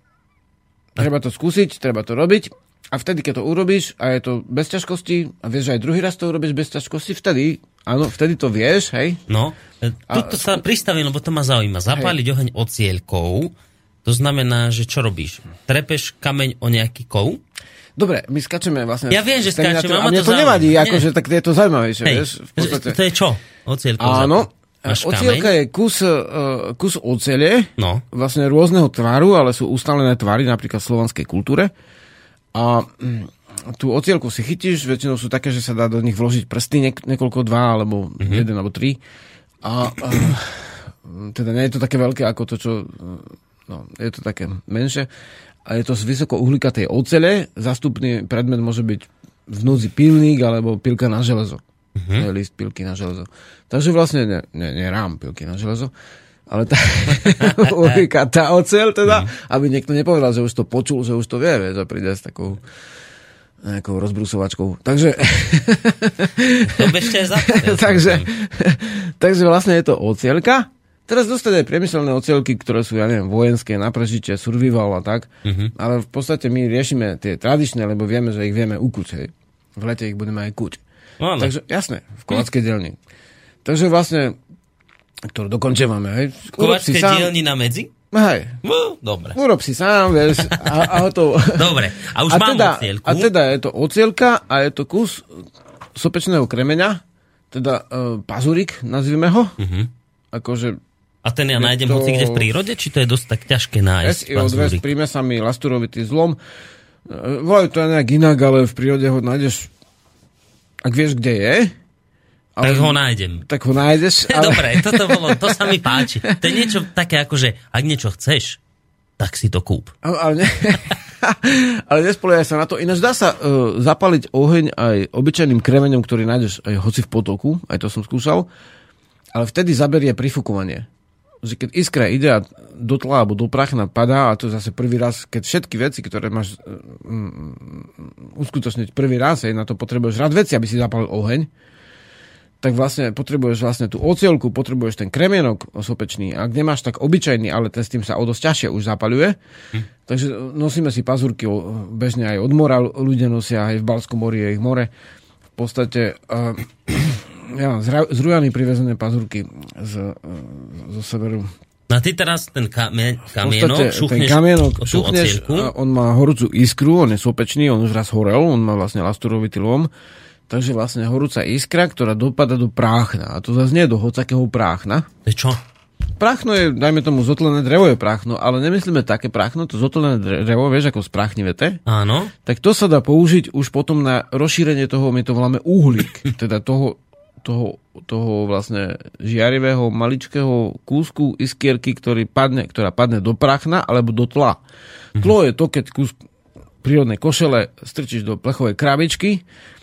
Treba to skúsiť, treba to robiť. A vtedy, keď to urobíš a je to bez ťažkosti a vieš, že aj druhý raz to urobíš bez ťažkosti, vtedy, áno, vtedy to vieš, hej. No, tuto sa pristavím, lebo to ma zaujíma. Zapáliť oheň ocieľkou, to znamená, že čo robíš? Trepeš kameň o nejaký kov? Dobre, my skačeme vlastne... Ja viem, že skačeme, a mne to, to nevadí, akože tak je to zaujímavejšie, hej, vieš. V podstate. To je čo? Ocieľkou. Áno. Ocielka je kus, uh, kus ocele, no. Vlastne rôzneho tvaru, ale sú ustálené tvary, napríklad v slovanskej kultúre. A tú ocielku si chytíš, väčšinou sú také, že sa dá do nich vložiť prsty, niek- niekoľko, dva, alebo mm-hmm. jeden, alebo tri. A, a teda nie je to také veľké, ako to, čo... No, je to také menšie. A je to z vysoko uhlikatej ocele. Zastupný predmet môže byť v núdzi pilník, alebo pilka na železo. Mm-hmm. List pilky na železo. Takže vlastne nie, nie, nie rám pilky na železo, ale tá uhlikatá oceľ teda, mm. aby niekto nepovedal, že už to počul, že už to vie, vie, že príde s takou nejakou rozbrusovačkou. Takže to bežte za takže, takže vlastne je to oceľka. Teraz dostať aj priemyselné oceľky, ktoré sú, ja neviem, vojenské, na prežitie, survival a tak, mm-hmm. ale v podstate my riešime tie tradičné, lebo vieme, že ich vieme ukuť. Hej. V lete ich budeme aj kuť. No, takže jasné, v kovačskej hm. dielni. Takže vlastne, ktorú dokončívame, hej. V kovačkej dielni na medzi? Hej. No, dobre. Urob si sám, vieš, a, a hotovo. Dobre, a už a mám teda, ocielku. A teda je to ocielka a je to kus sopečného kremeňa, teda uh, pazurík, nazvime ho. Uh-huh. Akože... A ten ja nájdem to... hoci kde v prírode, či to je dosť tak ťažké nájsť? es í ó dva s prímesami, lasturovitý zlom. Uh, volajú to aj nejak inak, ale v prírode ho nájdeš, ak vieš, kde je. Ale, tak ho nájdem. Tak ho nájdeš. Ale... Dobre, toto bolo, to sa mi páči. To je niečo také ako, že ak niečo chceš, tak si to kúp. Ale, ale, ne... ale nespoliehaj sa na to. Ináč dá sa uh, zapaliť oheň aj obyčajným kremeňom, ktorý nájdeš aj hoci v potoku, aj to som skúšal, ale vtedy zaberie prifúkovanie. že keď iskra ide a do tla alebo do prachna padá, a to zase prvý raz, keď všetky veci, ktoré máš um, uskutočniť prvý raz, aj na to potrebuješ rád veci, aby si zapálil oheň, tak vlastne potrebuješ vlastne tú ocielku, potrebuješ ten kremienok sopečný. Ak nemáš tak obyčajný, ale ten s tým sa o dosť ťažšie už zapaľuje. Hm. Takže nosíme si pazúrky bežne aj od mora, ľudia nosia aj v Balskom mori, je ich more. V podstate uh, ja, z Rujany privezené pazúrky z, zo severu. No a ty teraz ten kamien, kamienok šuchneš, ten kamienok šuchneš, on má horúcu iskru, on je sopečný, on už raz horel, on má vlastne lasturovitý lom. Takže vlastne horúca iskra, ktorá dopada do práchna. A to zase nie je do hocakého práchna. To je čo? Práchno je, dajme tomu, zotlené drevo je práchno, ale nemyslíme také práchno, to zotlené drevo, vieš, ako spráchnivete. Áno. Tak to sa dá použiť už potom na rozšírenie toho, my to voláme uhlík. Teda toho, toho, toho vlastne žiarivého, maličkého kúsku iskierky, ktorý padne, ktorá padne do práchna alebo do tla. Mhm. Tlo je to, keď kus prírodnej košele strčíš do plechovej krabičky,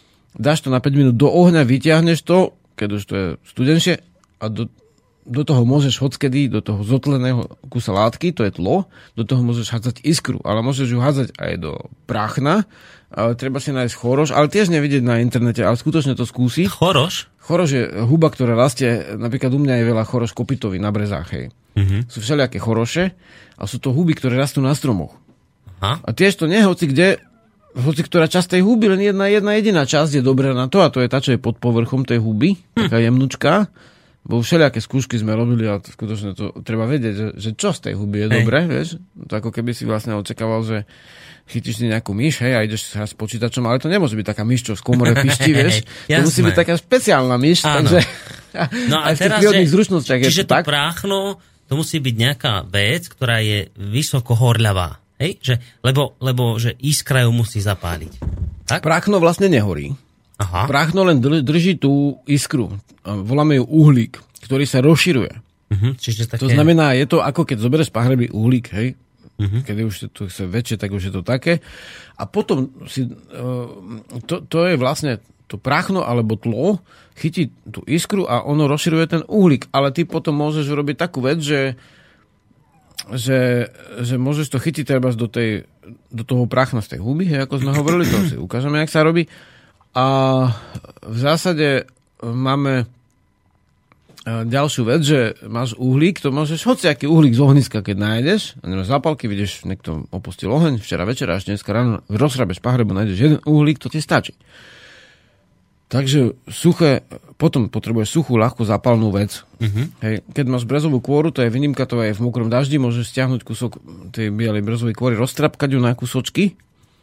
dáš to na päť minút do ohňa, vyťahneš to, keď už to je studenšie, a do, do toho môžeš hockedy, do toho zotleného kusa látky, to je tlo, do toho môžeš hádzať iskru, ale môžeš ju hádzať aj do práchna, ale treba si nájsť choroš, ale tiež nevidieť na internete, ale skutočne to skúsi. Choroš? Choroš je huba, ktorá rastie, napríklad u mňa je veľa choroš kopitový na brezách, hej. Mm-hmm. Sú všelijaké choroše a sú to huby, ktoré rastú na stromoch. Aha. A tiež to nie, hoci kde, hoci ktorá časť tej huby, len jedna, jedna jediná časť je dobrá na to, a to je tá, čo je pod povrchom tej huby, hm. taká jemnučka, bo všelijaké skúšky sme robili a skutočne to treba vedieť, že, že čo z tej huby je hej. dobré, vieš? To ako keby si vlastne očakával, že chytíš si nejakú myš, hej, a ideš s počítačom, ale to nemôže byť taká myš, čo v komore pišti, vieš? To musí byť taká špeciálna myš, áno. Takže no a aj v tých teraz, prírodných že, zručnostiach je čiže to tak. Čiže to práchno, to musí byť nejaká vec, ktorá je vysoko horľavá. Hej? Že, lebo, lebo že iskra ju musí zapáliť. Tak? Práchno vlastne nehorí. Aha. Práchno len drží tú iskru. Voláme ju uhlík, ktorý sa rozširuje. Uh-huh. Čiže také... To znamená, je to ako keď zoberieš pahreby uhlík, hej? Uh-huh. Keď už to chce väčšie, tak už je to také. A potom si, to, to je vlastne to práchno alebo tlo chytí tú iskru a ono rozširuje ten uhlík. Ale ty potom môžeš urobiť takú vec, že Že, že môžeš to chytiť treba do, tej, do toho práchna z tej huby, hej, ako sme hovorili, to si ukážeme, jak sa robí. A v zásade máme ďalšiu vec, že máš uhlík, to môžeš, hociaký uhlík z ohniska, keď nájdeš, a nemáš zápalky, vidíš, niekto opustil oheň, včera večera, až dneska ráno rozhrabeš pahrebu, nájdeš jeden uhlík, to ti stačí. Takže suché, potom potrebuješ suchú, ľahkú zápalnú vec. Uh-huh. Hej, keď máš brezovú kôru, to je výnimka, to je v mokrom daždi, môžeš stiahnuť kúsok tej bielej brezovej kôry, roztrapkať ju na kúsočky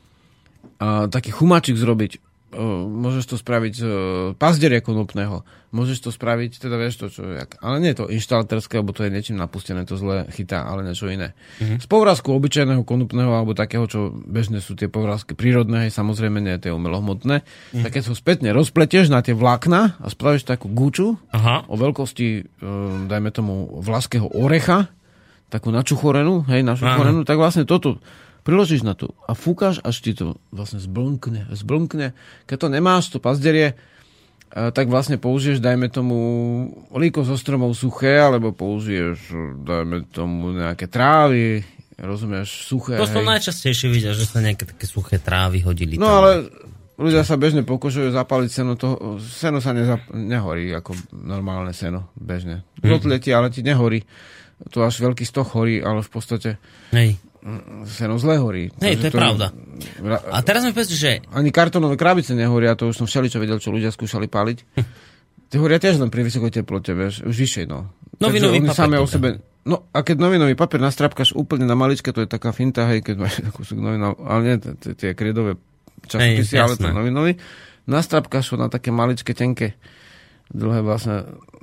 a taký chumáčik zrobiť. O, môžeš to spraviť z pazderia konopného. Môžeš to spraviť, teda vieš to, čo je. Ale nie je to inštalatérske, lebo to je niečím napustené, to zle chytá, ale niečo iné. Uh-huh. Z povrázku obyčajného konopného, alebo takého, čo bežne sú tie povrázky prírodné, hej, samozrejme nie tie umelohmotné. Uh-huh. Tak keď ho spätne rozpletieš na tie vlákna a spravíš takú guču Aha. o veľkosti, dajme tomu, vlaského orecha, takú načuchorenú, hej, načuchorenú, tak vlastne toto priložíš na to a fúkaš, až ti to vlastne zblnkne, zblnkne. Keď to nemáš, to pazderie, tak vlastne použiješ, dajme tomu, olíko zo stromov suché, alebo použiješ, dajme tomu, nejaké trávy, rozumieš, suché. To som najčastejšie videl, že sa nejaké také suché trávy hodili. No tam. ale ľudia sa bežne pokúšajú zapáliť seno, toho, seno sa nezap- nehorí ako normálne seno, bežne. Zotletí, ale ti nehorí. To až veľký stoch horí, ale v podstate... Hej. Seno zle horí. Hej, to je to pravda. A teraz mi povedz, že... Ani kartonové krabice nehoria, to už som všeličo vedel, čo ľudia skúšali páliť. Tie horia tiež len pri vysokej teplote, vieš, už vyššej, no. Novinový papier. O sebe... No, a keď novinový papier nastrapkáš úplne na maličke, to je taká finta, hej, keď máš kúsok novinov, ale nie, tie kriedové časopisy, ale to novinový. Nastrapkáš ho na také maličké, tenké, dlhé vlastne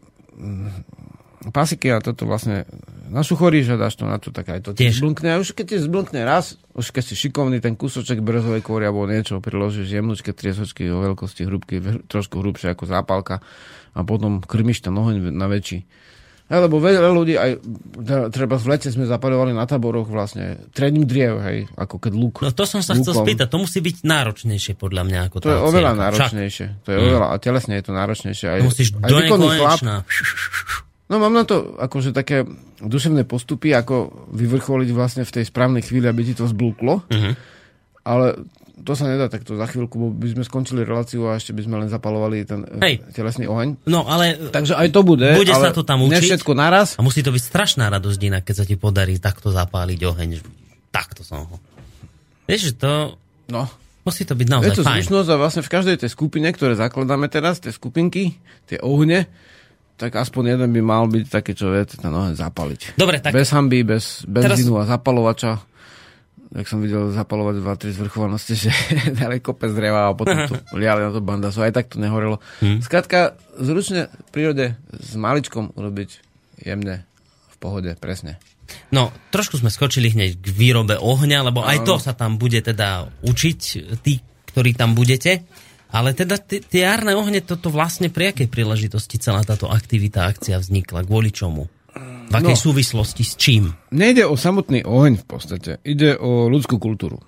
pasiky a toto vlastne nasuchoríš a dáš to na to, tak aj to ti zblnkne. A už keď ti zblnkne raz, už keď si šikovný, ten kúsoček brezovej kôry alebo niečo priložíš, jemnučké triesočky o veľkosti hrubky, trošku hrubšie ako zápalka a potom krmiš ten oheň na väčší. Lebo veľa ľudí, aj treba v lete sme zapaľovali na táboroch vlastne trením driev, hej, ako keď lúk. No to som sa chcel spýtať, to musí byť náročnejšie podľa mňa ako to je oveľa náročnejšie. To je mm. oveľa, a telesne je to náročnejšie. Aj, musíš aj do nekonečna. No mám na to akože také duševné postupy, ako vyvrcholiť vlastne v tej správnej chvíli, aby ti to zblúklo. Uh-huh. Ale to sa nedá takto za chvíľku, bo by sme skončili reláciu a ešte by sme len zapalovali ten Hej. telesný oheň. No, ale... Takže aj to bude. Bude ale sa to tam učiť. Ne všetko naraz. A musí to byť strašná radosť, inak, keď sa ti podarí takto zapáliť oheň. Takto som ho. Vieš, to... No. Musí to byť naozaj je to fajn. zručnosť a vlastne v každej tej skupine, ktoré zakladáme teraz, tie skupinky, tie ohne, tak aspoň jeden by mal byť taký, čo vie, ten oheň zapaliť. Dobre, tak... Bez hanby, bez benzínu teraz... a zapalovača. Jak som videl zapalovať dva tri zvrchovanosti, že dali kopec dreva a potom to liali na to bandasu. Aj tak to nehorelo. Hmm. Skrátka, zručne v prírode s maličkom urobiť jemne, v pohode, presne. No, trošku sme skočili hneď k výrobe ohňa, lebo aj to sa tam bude teda učiť, tí, ktorí tam budete. Ale teda tie jarné ohne, toto vlastne pri akej príležitosti celá táto aktivita, akcia vznikla? Kvôli čomu? V akej no, súvislosti s čím? Nejde o samotný oheň v podstate. Ide o ľudskú kultúru.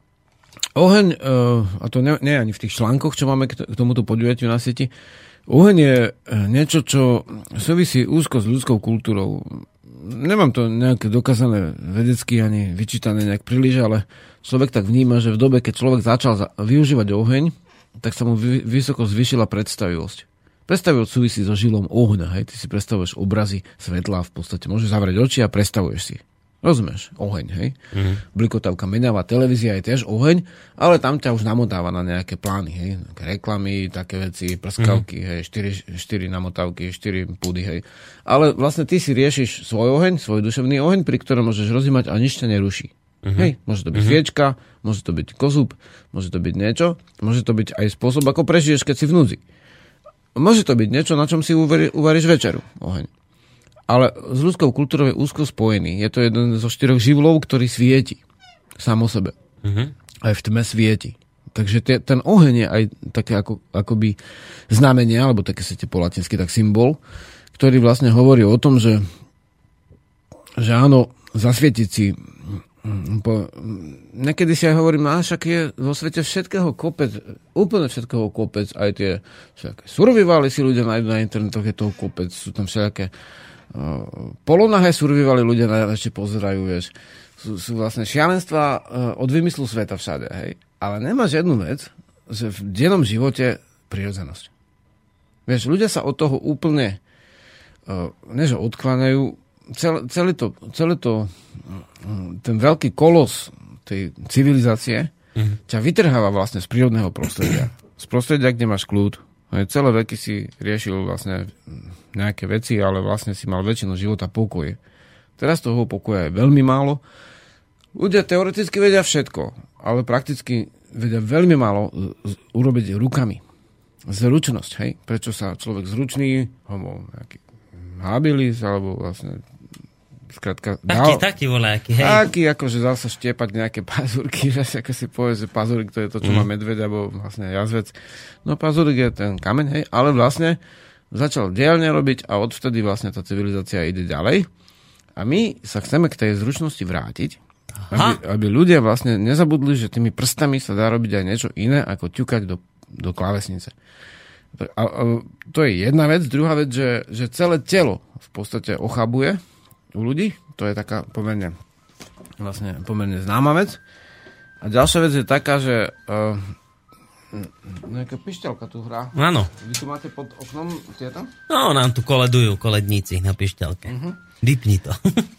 Oheň, a to nie, nie ani v tých článkoch, čo máme k tomuto podujatiu na sieti, oheň je niečo, čo súvisí úzko s ľudskou kultúrou. Nemám to nejaké dokázané vedecky ani vyčítané nejak príliš, ale človek tak vníma, že v dobe, keď človek začal využívať oheň, tak sa mu vysoko zvýšila predstavivosť. Predstavivosť súvisí so žilom ohňa. Hej? Ty si predstavuješ obrazy svetla, v podstate môžeš zavrieť oči a predstavuješ si. Rozumieš? Oheň, hej? Mm-hmm. Blikotávka, menavá televízia je tiež oheň, ale tam ťa už namotáva na nejaké plány, hej? Reklamy, také veci, prskavky, mm-hmm. hej? Štyri, štyri namotávky, štyri púdy, hej? Ale vlastne ty si riešiš svoj oheň, svoj duševný oheň, pri ktorom môžeš rozímať a nič ťa neruší. Mm-hmm. Hej? Môže to byť mm-hmm. sviečka, môže to byť kozub, môže to byť niečo, môže to byť aj spôsob, ako prežiješ, keď si v núdzi. Môže to byť niečo, na čom si uvari, uvaríš večeru, oheň. Ale s ľudskou kultúrou je úzko spojený. Je to jeden zo štyroch živlov, ktorý svieti sám o sebe. Mm-hmm. Aj v tme svieti. Takže te, ten oheň je aj také ako, akoby znamenie, alebo také sa po latinsky, tak symbol, ktorý vlastne hovorí o tom, že, že áno, zasvietiť si po, niekedy si aj hovorím, a však je vo svete všetkého kopec, úplne všetkého kopec, aj tie všaké survivaly si ľudia nájdú na internetoch, je toho kopec, sú tam všaké uh, polonahé survivaly ľudia najradšej pozerajú, vieš. Sú, sú vlastne šialenstva uh, od vymyslu sveta všade, hej. Ale nemáš jednu vec, že v dennom živote prirodzenosť. Vieš, ľudia sa od toho úplne uh, neže odkláňajú. Celé, celé, to, celé to, ten veľký kolos tej civilizácie mm. ťa vytrháva vlastne z prírodného prostredia. Z prostredia, kde máš kľud. Celé veky si riešil vlastne nejaké veci, ale vlastne si mal väčšinu života pokoj. Teraz toho pokoja je veľmi málo. Ľudia teoreticky vedia všetko, ale prakticky vedia veľmi málo urobiť rukami. Zručnosť, hej? Prečo sa človek zručný, homo nejaký habilis, alebo vlastne skrátka... Taký, taký voľaký, hej. Taký, akože dal sa štiepať nejaké pazúrky, že ako si povie, že pazúrik to je to, čo mm. má medveď, alebo vlastne jazvec. No pazúrik je ten kameň, hej, ale vlastne začal dielne robiť a odvtedy vlastne tá civilizácia ide ďalej. A my sa chceme k tej zručnosti vrátiť, aby, aby ľudia vlastne nezabudli, že tými prstami sa dá robiť aj niečo iné, ako ťukať do, do klávesnice. A, a to je jedna vec. Druhá vec, že, že celé telo v podstate ochabuje u ľudí. To je taká pomerne, vlastne pomerne známa vec. A ďalšia vec je taká, že uh, nejaká pišťalka tu hrá. Áno. Vy tu máte pod oknom tieto? No, nám tu koledujú koledníci na pišťalke. Uh-huh. Vypni to.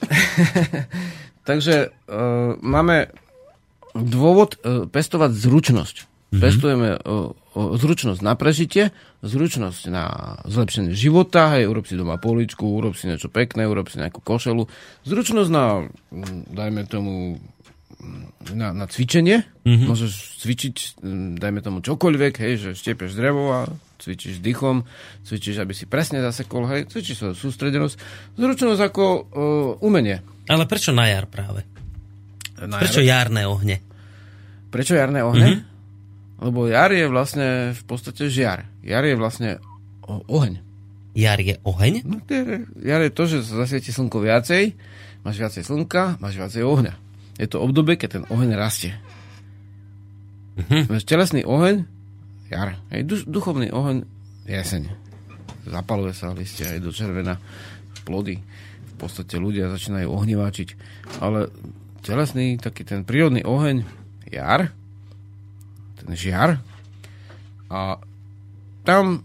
Takže uh, máme dôvod uh, pestovať zručnosť. Mm-hmm. Pestujeme uh, uh, zručnosť na prežitie, zručnosť na zlepšenie života, hej, urob si doma poličku, urob si niečo pekné, urob si nejakú košelu. Zručnosť na, dajme tomu, na, na cvičenie. Mm-hmm. Môžeš cvičiť, dajme tomu čokoľvek, hej, že štiepeš drevo a cvičíš dýchom, cvičíš, aby si presne zasekol, hej, cvičíš svoju sústredenosť. Zručnosť ako uh, umenie. Ale prečo na jar práve? Na prečo jar? jarné ohne? Prečo jarné ohne? Mm-hmm. Lebo jar je vlastne v podstate žiar. Jar je vlastne oheň. Jar je oheň? No, jar je to, že sa zasvieti slnko viacej, máš viacej slnka, máš viacej ohňa. Je to obdobie, keď ten oheň rastie. Mm-hmm. Telesný oheň, jar. Hej, duš, duchovný oheň, jeseň. Zapaluje sa listia, aj do červená, plody. V v podstate ľudia začínajú ohnívačiť. Ale telesný, taký ten prírodný oheň, jar, ten žiar, a tam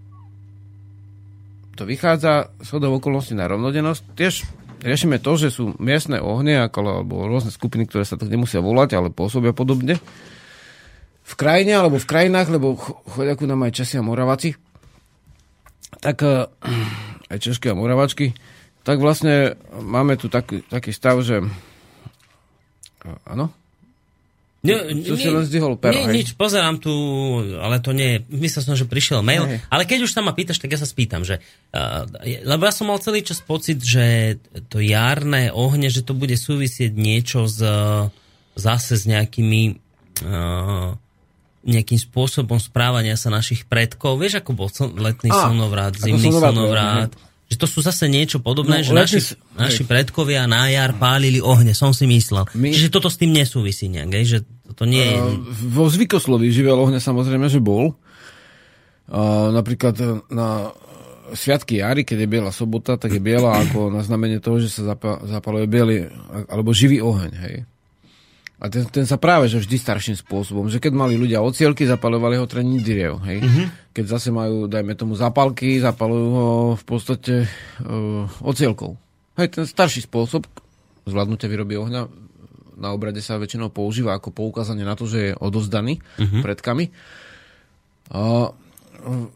to vychádza shodou okolností na rovnodennosť. Tiež riešime to, že sú miestne ohne alebo rôzne skupiny, ktoré sa tak nemusia volať, ale pôsobia podobne v krajine alebo v krajinách, lebo chodia ku nám aj Česi a Moraváci, tak aj Češky a Moravačky, tak vlastne máme tu taký, taký stav, že áno? Nie, to si len zdvihol pero, nie, nič, pozerám tu, ale to nie, myslel som, že prišiel mail, hej. Ale keď už sa ma pýtaš, tak ja sa spýtam, že, uh, lebo ja som mal celý čas pocit, že to jarné ohne, že to bude súvisieť niečo z, zase s nejakými uh, nejakým spôsobom správania sa našich predkov. Vieš, ako bol letný ah, slnovrat, zimný slnovrat, že to sú zase niečo podobné, no, že naši, naši predkovia na jar pálili ohne, som si myslel. My... Čiže toto s tým nesúvisí nejak, že to nie je... Uh, vo zvykosloví živel ohne samozrejme, že bol. Uh, napríklad na sviatky jary, keď je biela sobota, tak je biela ako na znamenie toho, že sa zapa- zapaluje biely alebo živý oheň, hej. A ten, ten sa práve, že vždy starším spôsobom, že keď mali ľudia ocielky, zapalovali ho trením diriev, hej. Mm-hmm. Keď zase majú, dajme tomu, zapalky, zapalujú ho v podstate uh, ocielkou. Hej, ten starší spôsob zvládnutia výroby ohňa na obrade sa väčšinou používa ako poukázanie na to, že je odovzdaný mm-hmm. predkami. A uh,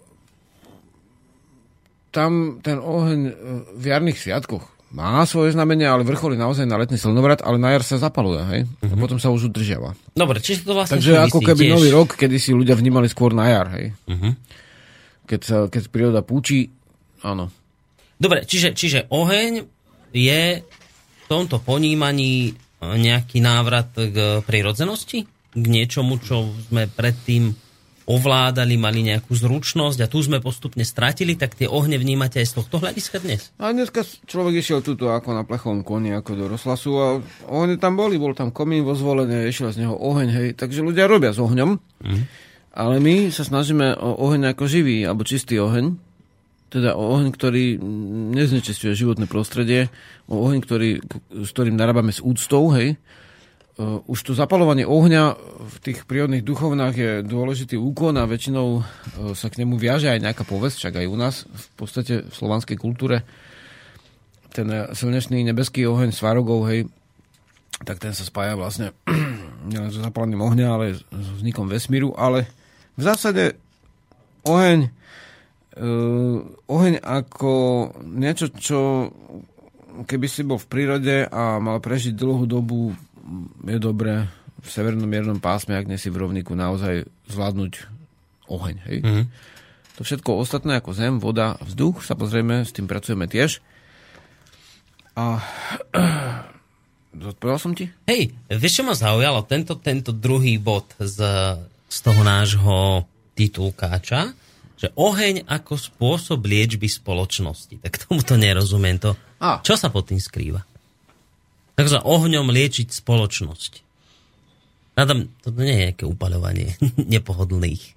tam ten oheň v jarných sviatkoch má svoje znamenie, ale vrcholí naozaj na letný slnovrat, ale na jar sa zapaluje, hej? Uh-huh. A potom sa už udržiava. Dobre, čiže to vlastne takže ako keby tiež... nový rok, kedy si ľudia vnímali skôr na jar, hej? Uh-huh. Keď sa, keď príroda púči, áno. Dobre, čiže, čiže oheň je v tomto ponímaní nejaký návrat k prirodzenosti? K niečomu, čo sme predtým ovládali, mali nejakú zručnosť a tu sme postupne stratili, tak tie ohne vnímate aj z tohto hľadiska dnes? A dneska človek išiel tuto ako na plechovom koni, ako do rozhlasu a ohne tam boli, bol tam komín vo Zvolene, išiel z neho oheň, hej, takže ľudia robia s ohňom, mm. ale my sa snažíme o oheň ako živý, alebo čistý oheň, teda o oheň, ktorý neznečistuje životné prostredie, o oheň, ktorý, s ktorým narábame s úctou, hej. Uh, už to zapalovanie ohňa v tých prírodných duchovnách je dôležitý úkon a väčšinou uh, sa k nemu viaže aj nejaká povesť, však aj u nás v podstate v slovanskej kultúre ten slnečný nebeský oheň Svarogov, hej, tak ten sa spája vlastne nielen so zapálením ohňa, ale so vznikom vesmíru, ale v zásade oheň uh, oheň ako niečo, čo keby si bol v prírode a mal prežiť dlhú dobu, je dobré v severnom miernom pásme, ak nie si v rovníku, naozaj zvládnuť oheň. Hej? Mm-hmm. To všetko ostatné ako zem, voda, vzduch, samozrejme, s tým pracujeme tiež. A zodpovedal som ti? Hej, vieš, čo ma zaujalo? Tento, tento druhý bod z, z toho nášho titulkáča, že oheň ako spôsob liečby spoločnosti. Tak tomuto nerozumiem. To. A. Čo sa pod tým skrýva? Takže ohňom liečiť spoločnosť. Adam, toto nie je nejaké upaľovanie nepohodlných.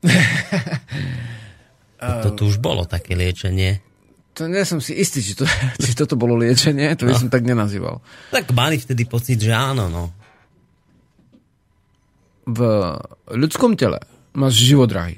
to, to tu už bolo také liečenie. To nie som si istý, či, to, či toto bolo liečenie, to by no. som tak nenazýval. Tak mali vtedy pocit, že áno, no. V ľudskom tele máš život drahý.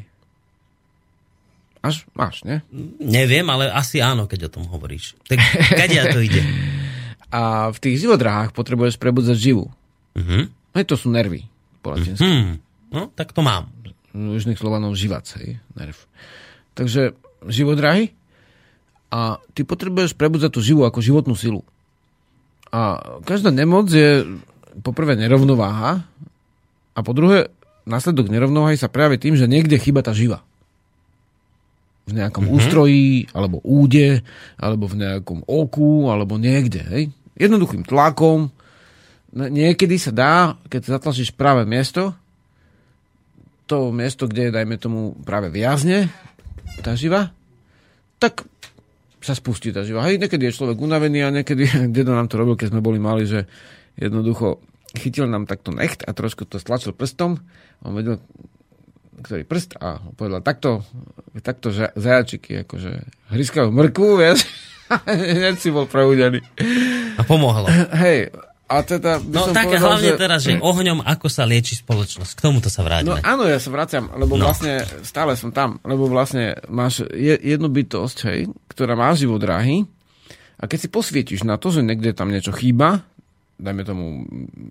Máš? Máš, nie? Neviem, ale asi áno, keď o tom hovoríš. Tak kadia to ide? A v tých živodráhách potrebuješ prebudzať živu. Uh-huh. Hej, to sú nervy, po latinsky. Uh-huh. No, tak to mám. Južných Slovanov živac, hej, nerv. Takže živodráhy a ty potrebuješ prebudzať tú živu ako životnú silu. A každá nemoc je po prvé nerovnováha a po druhé následok nerovnováhy sa prejaví tým, že niekde chýba tá živa. V nejakom uh-huh. ústroji, alebo úde, alebo v nejakom oku, alebo niekde, hej. Jednoduchým tlakom. Niekedy sa dá, keď zatlačíš práve miesto, to miesto, kde, dajme tomu, práve viazne tá živa, tak sa spustí tá živa. Hej, niekedy je človek unavený a niekedy, dedo nám to robil, keď sme boli mali, že jednoducho chytil nám takto necht a trošku to stlačil prstom. On vedel, ktorý prst a povedal takto, takto zajačiky, akože hryskajú mrkvu, vieš. Hneď si bol preúdený. A pomohlo. Hej, a teda... No tak povedal, hlavne že... teraz, že ohňom, ako sa lieči spoločnosť. K tomuto sa vrátime. No áno, ja sa vraciam, lebo no. vlastne stále som tam, lebo vlastne máš jednu bytosť, hej, ktorá má život drahý, a keď si posvietiš na to, že niekde tam niečo chýba, dajme tomu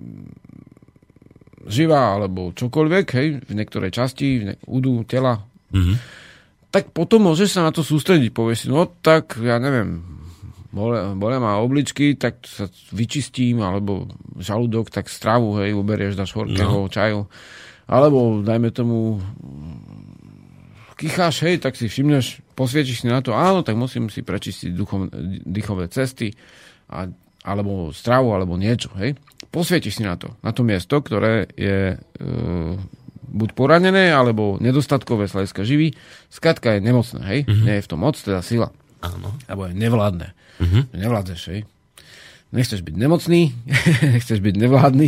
živá alebo čokoľvek, hej, v niektorej časti, v ne- údu, tela, mm-hmm. tak potom môžeš sa na to sústrediť. Povieš si, no tak, ja neviem, bole, bole ma obličky, tak sa vyčistím, alebo žalúdok, tak stravu, hej, uberieš, dáš horkého no. čaju. Alebo, dajme tomu, kýcháš, hej, tak si všimneš, posvietiš si na to, áno, tak musím si prečistiť duchom, dýchové cesty, a, alebo stravu, alebo niečo, hej. Posvietiš si na to, na to miesto, ktoré je... E, buď poranené, alebo nedostatkové z hľadiska živý. Skrátka je nemocné, hej? Mm-hmm. Nie je v tom moc, teda sila. Áno. Alebo je nevládne. Mm-hmm. Nevládzeš, hej? Nechceš byť nemocný, nechceš byť nevládny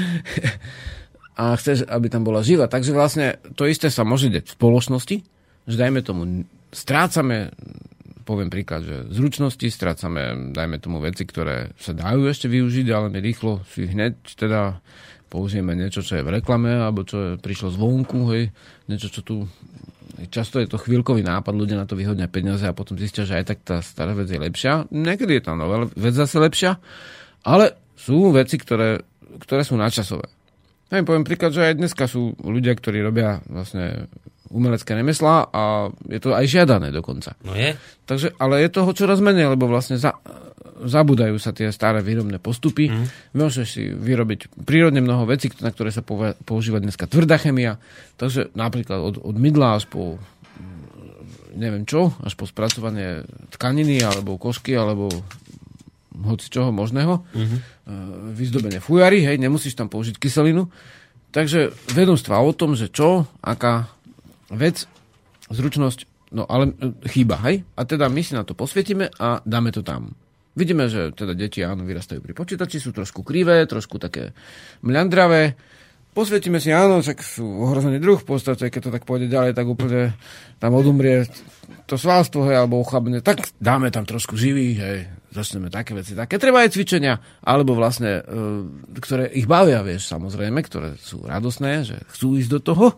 a chceš, aby tam bola živa. Takže vlastne to isté sa môže deť v spoločnosti, že dajme tomu, strácame, poviem príklad, že zručnosti, strácame, dajme tomu veci, ktoré sa dajú ešte využiť, ale my rýchlo si hneď teda použijeme niečo, čo je v reklame, alebo čo je, prišlo zvonku, hej, niečo, čo tu... Často je to chvíľkový nápad, ľudia na to vyhodnia peniaze a potom zistia, že aj tak tá stará vec je lepšia. Niekedy je tá nová vec zase lepšia, ale sú veci, ktoré, ktoré sú nadčasové. Ja im poviem príklad, že aj dneska sú ľudia, ktorí robia vlastne umelecké remeslá a je to aj žiadané dokonca. No je. Takže, ale je toho čoraz menej, lebo vlastne za... zabúdajú sa tie staré výrobné postupy. Mm. Môžeš si vyrobiť prírodne mnoho vecí, na ktoré sa používa dneska tvrdá chemia. Takže napríklad od, od mydla až po neviem čo, až po spracovanie tkaniny alebo kožky alebo hoci čoho možného. Mm-hmm. Vyzdobenie fujary, hej, nemusíš tam použiť kyselinu. Takže vedomstvá o tom, že čo, aká vec, zručnosť, no ale chýba, hej? A teda my si na to posvietime a dáme to tam. Vidíme, že teda deti áno, vyrastajú pri počítači, sú trošku krivé, trošku také mľandravé. Posvietime si, áno, však sú ohrozený druh, v podstate, keď to tak pôjde ďalej, tak úplne tam odumrie to svalstvo, hej, alebo ochabne, tak dáme tam trošku živý, hej, začneme také veci, také. Treba aj cvičenia, alebo vlastne, e, ktoré ich bavia, vieš, samozrejme, ktoré sú radosné, že chcú ísť do toho.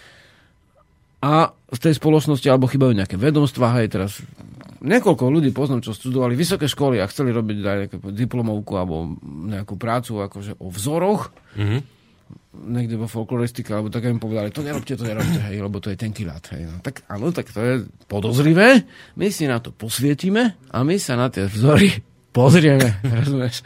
A v tej spoločnosti alebo chýbajú nejaké vedomstvá, hej, teraz niekoľko ľudí poznám, čo studovali vysoké školy a chceli robiť aj diplomovku alebo nejakú prácu akože o vzoroch, mm-hmm. niekde vo folkloristike, alebo tak im povedali, to nerobte, to nerobte, hej, lebo to je tenký ľad, hej. No, tak áno, tak to je podozrivé, my si na to posvietime a my sa na tie vzory pozrieme, rozumieš?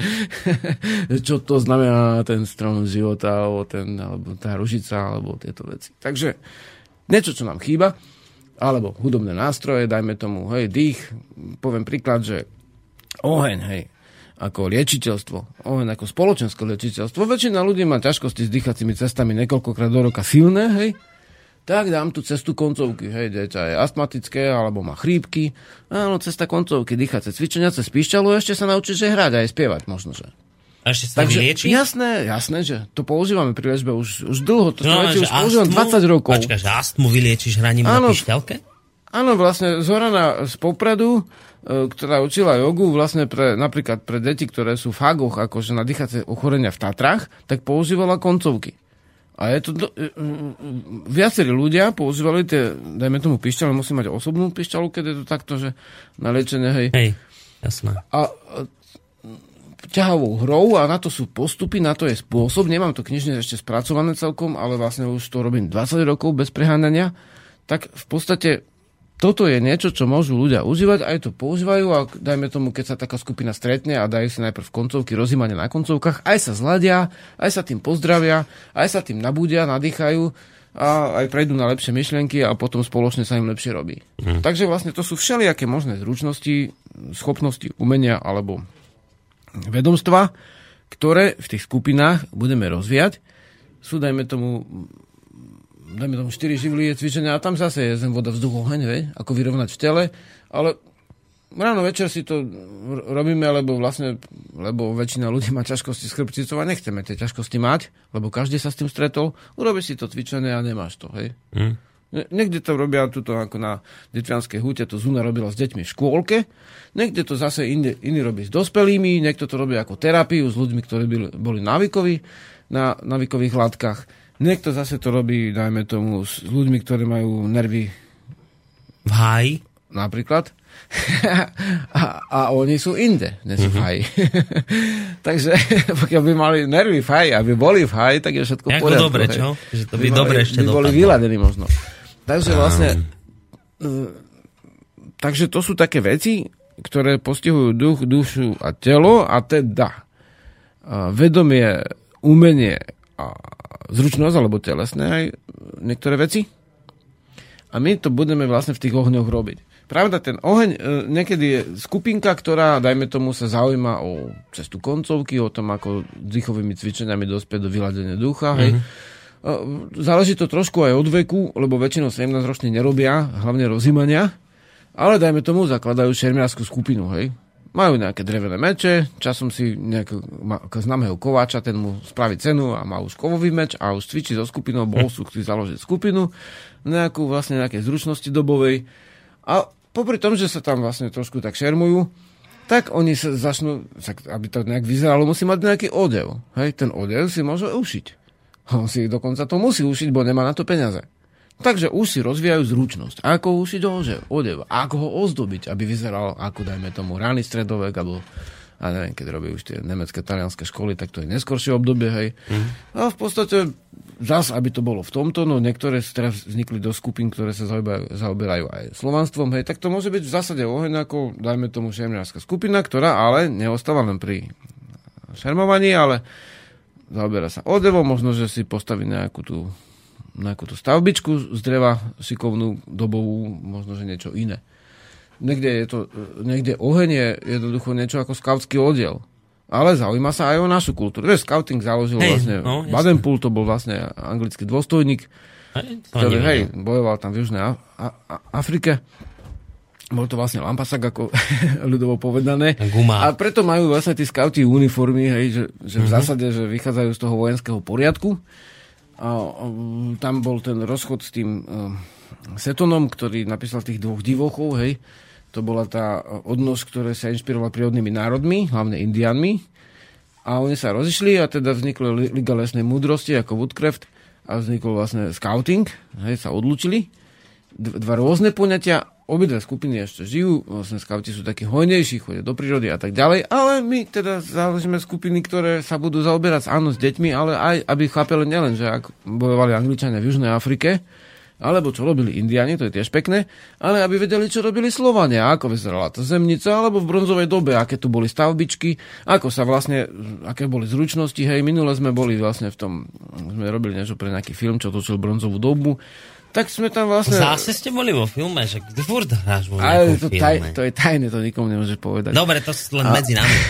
Čo to znamená ten strom života, alebo, ten, alebo tá ružica, alebo tieto veci. Takže niečo, čo nám chýba, alebo hudobné nástroje, dajme tomu, hej, dých. Poviem príklad, že oheň, hej, ako liečiteľstvo, oheň ako spoločenské liečiteľstvo. Väčšina ľudí má ťažkosti s dýchacími cestami niekoľkokrát do roka silné, hej, tak dám tu cestu koncovky, hej, dieťa je astmatické, alebo má chrípky, áno, cesta koncovky, dýchacie cvičenia, cez píšťalu, ešte sa naučíš aj hrať, aj spievať možno, že. A ešte sa vylieči? Jasné, jasné, že to používame pri liečbe už, už dlho. To no, už používam dvadsať rokov. Počkáš, astmu vyliečiš hraním áno, na píšťalke? Áno, vlastne Zorana z Popradu, ktorá učila jogu vlastne pre, napríklad pre deti, ktoré sú v hagoch, akože na dýchacie ochorenia v Tatrách, tak používala koncovky. A je to... Do, viacerí ľudia používali tie, dajme tomu píšťalu, musí mať osobnú píšťalu, keď je to takto, že na liečenie, hej. Hej, jasné. A ťahovou hrou a na to sú postupy, na to je spôsob. Nemám to knižne ešte spracované celkom, ale vlastne už to robím dvadsať rokov bez preháňania. Tak v podstate toto je niečo, čo môžu ľudia užívať, aj to používajú a dajme tomu, keď sa taká skupina stretne a dajú si najprv koncovky, rozímanie na koncovkách, aj sa zladia, aj sa tým pozdravia, aj sa tým nabúdia, nadýchajú a aj prejdú na lepšie myšlienky a potom spoločne sa im lepšie robí. Mm. Takže vlastne to sú všelijaké možné zručnosti, schopnosti, umenia alebo vedomstva, ktoré v tých skupinách budeme rozvíjať. Sú, dajme tomu, dajme tomu štyri živlie cvičenia a tam zase je zem, voda, vzduch, oheň, hej, ako vyrovnať v tele, ale ráno večer si to robíme, lebo vlastne, lebo väčšina ľudí má ťažkosti s chrbticou a nechceme tie ťažkosti mať, lebo každý sa s tým stretol, urobíš si to cvičenie a nemáš to, hej. Mm. Niekde to robia tuto ako na Detvianskej húte, to Zuna robila s deťmi v škôlke, niekde to zase inde, iní robí s dospelými, niekto to robí ako terapiu s ľuďmi, ktorí boli, boli návykoví na návykových látkach, niekto zase to robí, dajme tomu, s ľuďmi, ktorí majú nervy v háji. Napríklad. a, a oni sú inde, nie sú v háji. Takže pokiaľ by mali nervy v háji, aby boli v háji, tak je všetko v poriadku. Dobre, čo? Že to by, by dobre ešte by boli vyladení možno. Takže vlastne um. takže to sú také veci, ktoré postihujú duch, dušu a telo a teda vedomie, umenie a zručnosť alebo telesné aj niektoré veci. A my to budeme vlastne v tých ohňoch robiť. Pravda, ten oheň niekedy je skupinka, ktorá, dajme tomu, sa zaujíma o cestu koncovky, o tom, ako dýchovými cvičeniami dospieť do vyladenia ducha. Mm-hmm. Hej. Záleží to trošku aj od veku, lebo väčšinou sedemnásťroční nerobia, hlavne rozímania, ale dajme tomu, zakladajú šermiarskú skupinu. Hej. Majú nejaké drevené meče, časom si nejakého známeho kováča, ten mu spraví cenu a má už kovový meč a už cvičí so skupinou, bol sú chcí založiť skupinu, nejakú vlastne nejaké zručnosti dobovej. A popri tom, že sa tam vlastne trošku tak šermujú, tak oni sa začnú, aby to nejak vyzeralo, musí mať nejaký odev. Hej, ten odev si môže ušiť. On si dokonca to musí ušiť, bo nemá na to peniaze. Takže už si rozvíjajú zručnosť. Ako ušiť odev, odev, ako ho ozdobiť, aby vyzeral ako, dajme tomu, raný stredovek, alebo, a neviem, keď robí už tie nemecké, talianské školy, tak to je neskoršie obdobie, hej. Mm. A v podstate zas, aby to bolo v tomto, no niektoré teraz vznikli do skupín, ktoré sa zaoberajú, zaoberajú aj slovanstvom, hej, tak to môže byť v zásade oheň ako, dajme tomu, šermiarská skupina, ktorá ale neostáva len pri šermovaní, ale zaoberá sa odevom, možno, že si postaví nejakú tú, nejakú tú stavbičku z dreva, šikovnú, dobovú, možno, že niečo iné. Niekde je to, niekde oheň je jednoducho niečo ako skautský oddiel. Ale zaujíma sa aj o našu kultúru. Vieš, scouting založil hej, vlastne no, Baden-Powell, to bol vlastne anglický dôstojník, hej, ktorý hej, bojoval tam v Južnej Af- A- Afrike. Bol to vlastne lampasak, ako ľudovo povedané. Guma. A preto majú vlastne tí skauti uniformy, hej, že, že v zásade že vychádzajú z toho vojenského poriadku. A, a tam bol ten rozchod s tým uh, Setonom, ktorý napísal tých dvoch divochov, hej. To bola tá odnož, ktoré sa inšpirovala prírodnými národmi, hlavne Indiánmi. A oni sa rozišli a teda vznikla Liga lesnej múdrosti ako Woodcraft a vznikol vlastne scouting, hej, sa odlúčili. Dva rôzne poňatia, obidve skupiny ešte žijú, vlastne skauti sú takí hojnejší, chodia do prírody a tak ďalej, ale my teda záležíme skupiny, ktoré sa budú zaoberať áno s deťmi, ale aj aby chápeli nielen, že ak bojovali Angličania v Južnej Afrike, alebo čo robili Indiáni, to je tiež pekné, ale aby vedeli, čo robili Slovania, ako vyzerala tá zemnica, alebo v bronzovej dobe, aké tu boli stavbičky, ako sa vlastne, aké boli zručnosti. Hej, minule sme boli vlastne v tom, sme robili niečo pre nejaký film, čo točil bronzovú dobu, tak sme tam vlastne... Zase ste boli vo filme, že kde furt hráš vo nejakom to filme. Taj, to je tajné, to nikomu nemôžeš povedať. Dobre, to len a, medzi nami.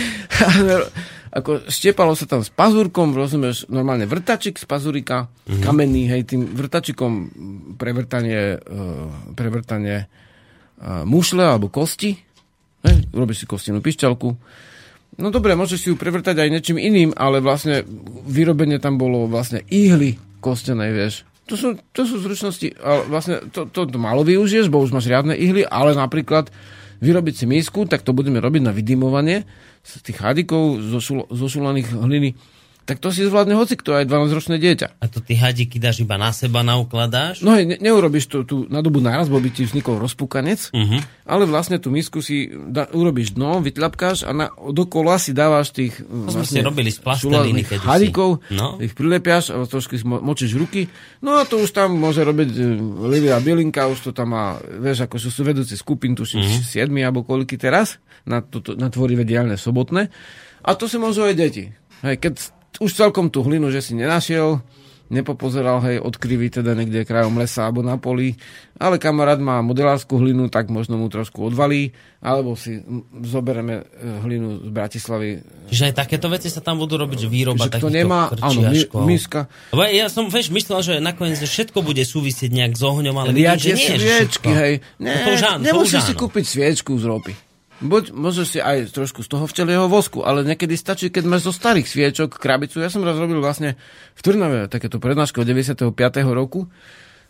Ako štiepalo sa tam s pazúrkom, rozumieš, normálne vrtačik z pazúrika, mm-hmm. kamenný, hej, tým vrtačikom prevrtanie, uh, prevrtanie uh, mušle alebo kosti, hej, urobíš si kostinnú pišťalku. No dobre, môžeš si ju prevrtať aj niečím iným, ale vlastne vyrobenie tam bolo vlastne ihly kostenej, vieš. To sú, to sú zručnosti, ale vlastne to, to, to málo využiješ, bo už máš riadne ihly, ale napríklad vyrobiť si misku, tak to budeme robiť na vydymovanie z tých hadíkov zošul, zošulaných hliny. Tak to si zvládne hoci kto, aj dvanásťročné dieťa. A to ty hadíky dáš iba na seba, naukladáš? No hej, ne, neurobiš to tu na dobu naraz, bo by ti vznikol rozpúkanec, uh-huh. ale vlastne tú misku si da, urobíš dno, vytľapkáš a na, dokola si dávaš tých to vlastne, sme si robili z plasteliny, keď hadíkov, no. ich prilepiaš a trošku si mo, močíš ruky. No a to už tam môže robiť Livia Bielinka, už to tam má, vieš, ako sú vedúci skupín, tuším uh-huh. siedmi alebo koľky teraz, na, to, na tvorivé dielne sobotné. A to si môžu aj deti. Hej, keď už celkom tú hlinu, že si nenašiel, nepopozeral, hej, odkriví teda niekde krajom lesa alebo na poli, ale kamarát má modelárskú hlinu, tak možno mu trošku odvalí, alebo si zoberieme hlinu z Bratislavy. Čiže aj takéto veci sa tam budú robiť, že výroba že takýchto nemá, krčiaškov. Áno, miska. Ja som, vieš, myslel, že nakoniec že všetko bude súvisieť nejak s ohňom, ale vidím, že nie sviečky, je hej. Ne, no to nemusíš si kúpiť sviečku z ropy. Buď môžeš si aj trošku z toho včelieho vosku, ale niekedy stačí, keď máš zo starých sviečok krabicu. Ja som raz robil vlastne v Trnave takéto prednášky od deväťdesiateho piateho roku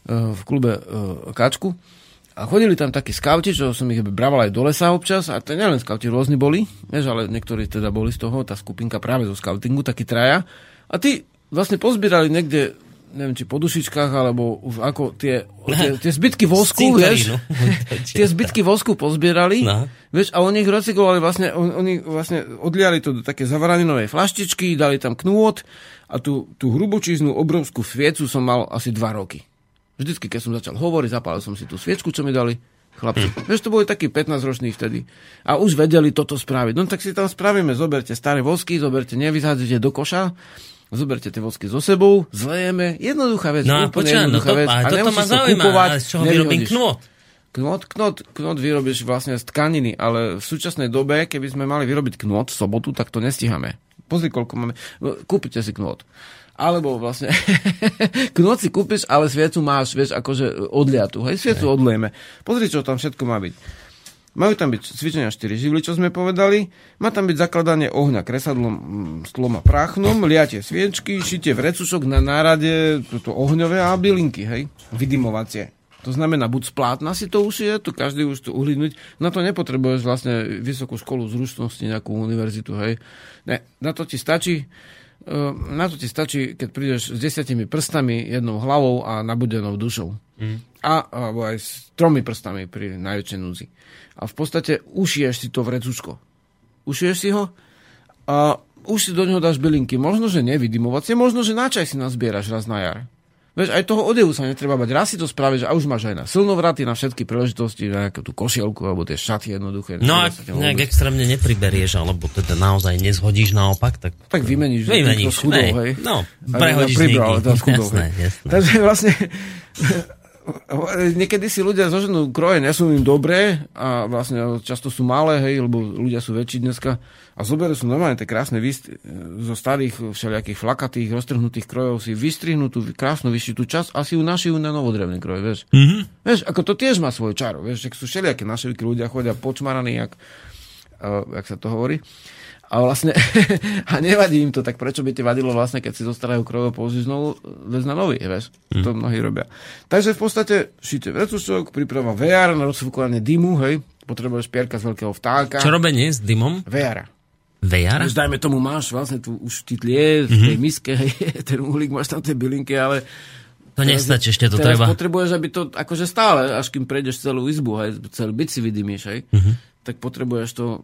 v klube Kačku. A chodili tam takí skauti, čo som ich brával aj do lesa občas, a to nielen skauti, rôzni boli, vieš, ale niektorí teda boli z toho, tá skupinka práve zo skautingu, takí traja. A tí vlastne pozbierali niekde, neviem, či po dušičkách, alebo ako tie, tie, tie zbytky vosku, vieš, tie zbytky vosku pozbierali, no. Vieš, a oni ich recyklovali, vlastne, on, oni vlastne odliali to do také zavaraninovej flaštičky, dali tam knôt a tú, tú hrubočíznú obrovskú sviecu som mal asi dva roky. Vždycky, keď som začal hovoriť, zapálil som si tú sviečku, čo mi dali chlapci. Hm. Vieš, to boli takí pätnásťroční vtedy. A už vedeli toto spraviť. No tak si tam spravíme, zoberte staré vosky, zoberte, nevyzádzite do koša, zoberte tie vosky so sebou, zlejeme. Jednoduchá vec, no, úplne počujem, jednoduchá no to, vec. A toto ma zaujíma, z čoho vyrobím knôt? Knôt, knôt, knôt vyrobíš vlastne z tkaniny, ale v súčasnej dobe, keby sme mali vyrobiť knôt v sobotu, tak to nestíhame. Pozri, koľko máme. Kúpite si knôt. Alebo vlastne knôt si kúpiš, ale sviecu máš, vieš, akože odliatu. Hej, sviecu hey. odlieme. Pozri, čo tam všetko má byť. Majú tam byť cvičenia štyri živly, čo sme povedali. Má tam byť zakladanie ohňa kresadlom, stlom a práchnom, liatie sviečky, šitie vrecušok na nárade, toto ohňové a bylinky, hej, vydymovacie. To znamená, buď z plátna si to ušije, to každý už to uhlídnuť. Na to nepotrebuješ vlastne vysokú školu zručnosti, nejakú univerzitu, hej. Ne, na to ti stačí Na to ti stačí, keď prídeš s desiatimi prstami, jednou hlavou a nabudenou dušou. Mm. A, alebo aj s tromi prstami pri najväčšej núdzi. A v podstate ušiješ si to vrecučko. Ušiješ si ho a už si do neho dáš bylinky. Možno, že nevydymovacie, možno, že na čaj si nazbieraš raz na jar. Vieš, aj toho odevu sa netreba bať. Raz si to spravíš a už máš aj na silnovraty, na všetky príležitosti, na nejakú tú košielku, alebo tie šaty jednoduché. No ak nejak extrémne nepriberieš, alebo teda naozaj nezhodíš naopak, tak... Tak vymeníš. Vymeníš, chudou, hej. No, prehodíš z nikým. Jasné, jasné. Takže vlastne... Niekedy si ľudia zoženú kroje, nesú im dobré a vlastne často sú malé, hej, lebo ľudia sú väčší dneska a zoberú sú normálne tie krásne výst- zo starých všelijakých flakatých, roztrhnutých krojov si vystrihnú tú krásnu vyšitú časť a si ju našijú na novodrevné kroje, vieš. Mm-hmm. Vieš, ako to tiež má svoj čaro, vieš, ak sú všelijaké naševiky, ľudia chodia počmaraní, jak, uh, jak sa to hovorí. A vlastne, a nevadí im to, tak prečo by ti vadilo vlastne, keď si zo starého krojov použiť znovu vec na nový, vieš? Mm. To mnohí robia. Takže v podstate šíte vrecušok, príprava vé er na rozfúkovanie dymu, hej? Potrebuješ pierka z veľkého vtáka. Čo robenie s dymom? vé er. vé er? Už dajme tomu, máš vlastne tu už ti tlie v tej miske, hej, ten uhlík, máš tam tie bylinky, ale... To nestačí, ešte to teraz treba. Potrebuješ, aby to akože stále, až kým prejdeš celú izbu, hej, celý byt si vydymíš, hej? Mm-hmm. Tak potrebuješ to,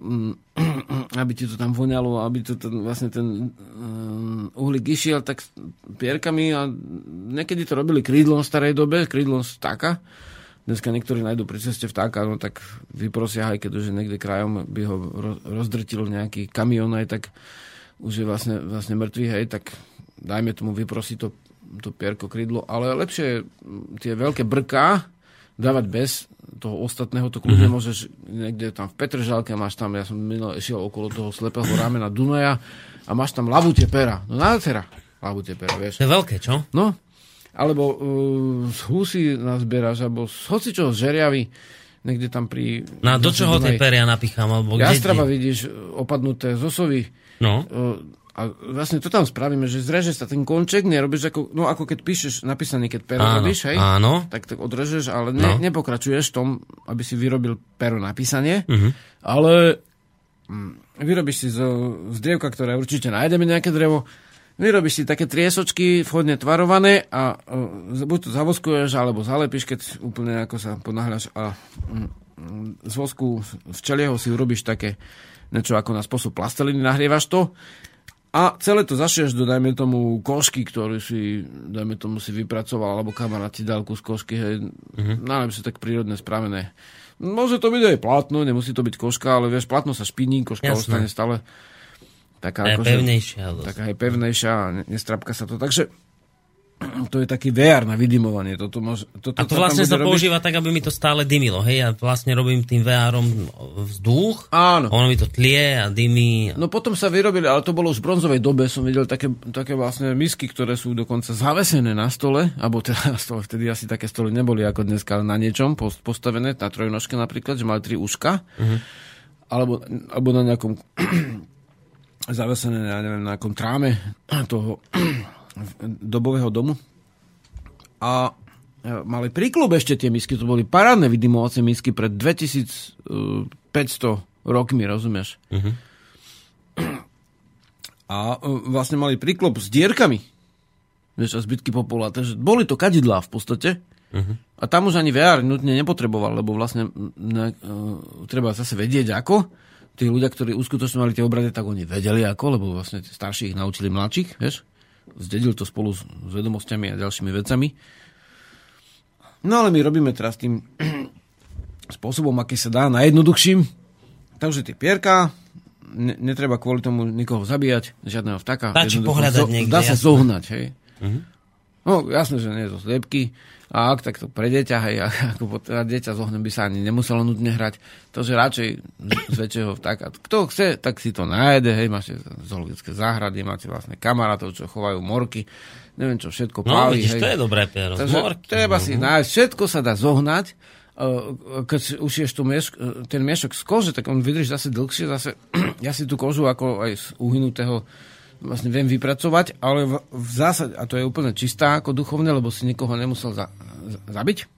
aby ti to tam voňalo, aby to ten, vlastne ten um, uhlík išiel tak pierkami a niekedy to robili krídlom v starej dobe, krídlom z vtáka. Dneska niektorí nájdú pri ceste vtáka, no tak vyprosia, aj keď už niekde krajom by ho rozdrtil nejaký kamión, aj tak už je vlastne, vlastne mŕtvý, hej, tak dajme tomu vyprosiť to, to pierko, krídlo, ale lepšie je tie veľké brká dávať bez toho ostatného, to kľudne mm-hmm. môžeš niekde tam v Petržalke, máš tam, ja som minul išiel okolo toho slepého ramena Dunaja a máš tam labutie pera. No nádhera labutie pera, vieš. To je veľké, čo? No, alebo uh, z husy nazbieraš, alebo z hocičoho z žeriavy, niekde tam pri... No a do čoho tie peria napichám? Alebo jastraba vidíš opadnuté z osovy. No. Uh, A vlastne to tam spravíme, že zrežeš sa ten konček, nerobíš ako, no ako keď píšeš napísané, keď pero áno, robíš, hej? Áno. Tak, tak odrežeš, ale ne, no. nepokračuješ v tom, aby si vyrobil pero napísanie, uh-huh. ale mm, vyrobíš si z, z drievka, ktoré určite nájdeme nejaké drevo, vyrobíš si také triesočky vhodne tvarované a uh, buď to zavoskuješ, alebo zalepíš, keď úplne ako sa ponáhľaš a mm, z vosku včelieho si urobíš také niečo ako na spôsob plasteliny, nahrievaš to. A celé to zašieš do, dajme tomu, košky, ktorú si, dajme tomu, si vypracoval, alebo kamarát ti dal kus košky, hej, mm-hmm. najlepšie tak prírodne spravené. Môže to byť aj plátno, nemusí to byť koška, ale vieš, plátno sa špiní, koška Jasné. ostane stále taká, akože, pevnejšia. Taká aj pevnejšia a nestrapka sa to. Takže to je taký vé er na vydymovanie. Toto môže, toto a to vlastne sa robiť... používa tak, aby mi to stále dymilo, hej? Ja vlastne robím tým vé erom vzduch, áno. Ono mi to tlie a dymí. No potom sa vyrobili, ale to bolo už v bronzovej dobe, som videl také, také vlastne misky, ktoré sú dokonca zavesené na stole, alebo teda na stole, vtedy asi také stoly neboli ako dneska, ale na niečom postavené, na trojnožke napríklad, že mali tri uška, uh-huh. alebo, alebo na nejakom zavesené, ja neviem, na nejakom tráme toho dobového domu. A mali príklub ešte tie misky, to boli parádne vydymovacie misky pred dvetisícpäťsto rokmi, rozumieš? Uh-huh. A vlastne mali príklop s dierkami. Vieš, a zbytky popola. Takže boli to kadidlá v podstate. Uh-huh. A tam už ani vé er nutne nepotreboval, lebo vlastne ne, uh, treba zase vedieť ako. Tí ľudia, ktorí uskutočňovali tie obrady, tak oni vedeli ako, lebo vlastne starší ich naučili mladších, vieš. Zdedil to spolu s, s vedomosťami a ďalšími vecami. No ale my robíme teraz tým spôsobom, aký sa dá, najjednoduchším. Takže tie pierka, ne, netreba kvôli tomu nikoho zabíjať, žiadneho vtáka. Stačí pohľadať zo, niekde. Dá sa jasne. zohnať, hej. Uh-huh. No, jasné, že nie je zo sliepky. A ak takto pre dieťa, hej, ako dieťa zohnem by sa ani nemuselo nutne hrať. To, že radšej z väčšieho vtáka. Kto chce, tak si to nájde, hej, máte zoologické záhrady, máte vlastne kamarátov, čo chovajú morky, neviem čo, všetko no, páli. Vidíš, hej. to je dobré, Piero. Takže morky. Treba uh-huh. si nájsť, všetko sa dá zohnať. Keď ušiješ tu mieš, ten miešok z kože, tak on vydrží zase dlhšie, zase ja si tú kožu ako aj z uhynutého vlastne viem vypracovať, ale v, v zásade, a to je úplne čistá ako duchovne, lebo si nikoho nemusel za, za, zabiť.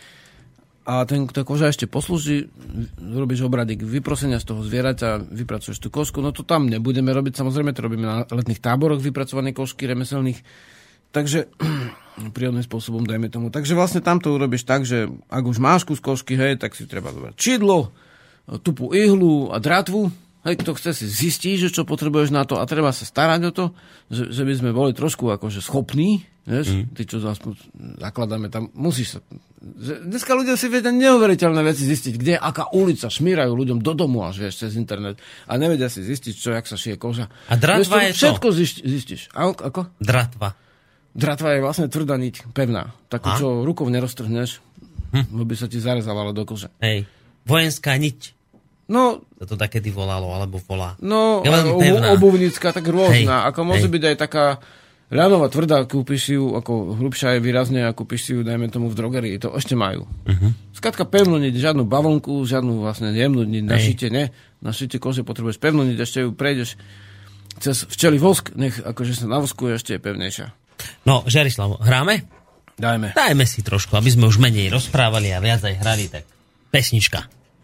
A ten, tá koža ešte poslúži, robíš obradík vyprosenia z toho zvieraťa, vypracuješ tú kožku, no to tam nebudeme robiť, samozrejme to robíme na letných táboroch vypracované kožky remeselných, takže prírodným spôsobom, dajme tomu. Takže vlastne tam to urobíš tak, že ak už máš kus kožky, hej, tak si treba zobrať čidlo, tupú ihlu a dratvu. Hej, kto chce si zistí, že čo potrebuješ na to a treba sa starať o to, že, že by sme boli trošku akože schopní, vieš, mm. ty čo zás zakladáme tam, musíš sa... Že dneska ľudia si vedia neuveriteľné veci zistiť, kde je aká ulica, šmírajú ľuďom do domu až, vieš, cez internet a nevedia si zistiť, čo, jak sa šije koža. A dratva vieš, je všetko to? Všetko zistíš. A, ako? Dratva. Dratva je vlastne tvrdá niť, pevná. Takú, čo rukou neroztrhneš, hm. by sa ti zarezávala do kože. Hej, vojenská niť. No, to to takedy volalo, alebo volá. No, ja obuvnícka, tak rôzna. Hej. Ako môže hej. byť aj taká ľanová, tvrdá, kúpiš si ju, ako hrubšia je výrazne, a kúpiš si ju, dajme tomu v drogerii. To ešte majú. Uh-huh. Skrátka pevnú niť, žiadnu bavlnku, žiadnu vlastne jemnú niť na šite, ne. Na šite kože potrebuješ pevnú niť, ešte ju prejdeš cez včeli vosk, nech akože sa navoskuje, ešte je pevnejšia. No, Žiarislav, hráme? Dajme. Dajme si trošku, aby sme už menej rozprávali a viac aj hrali, tak pesnička.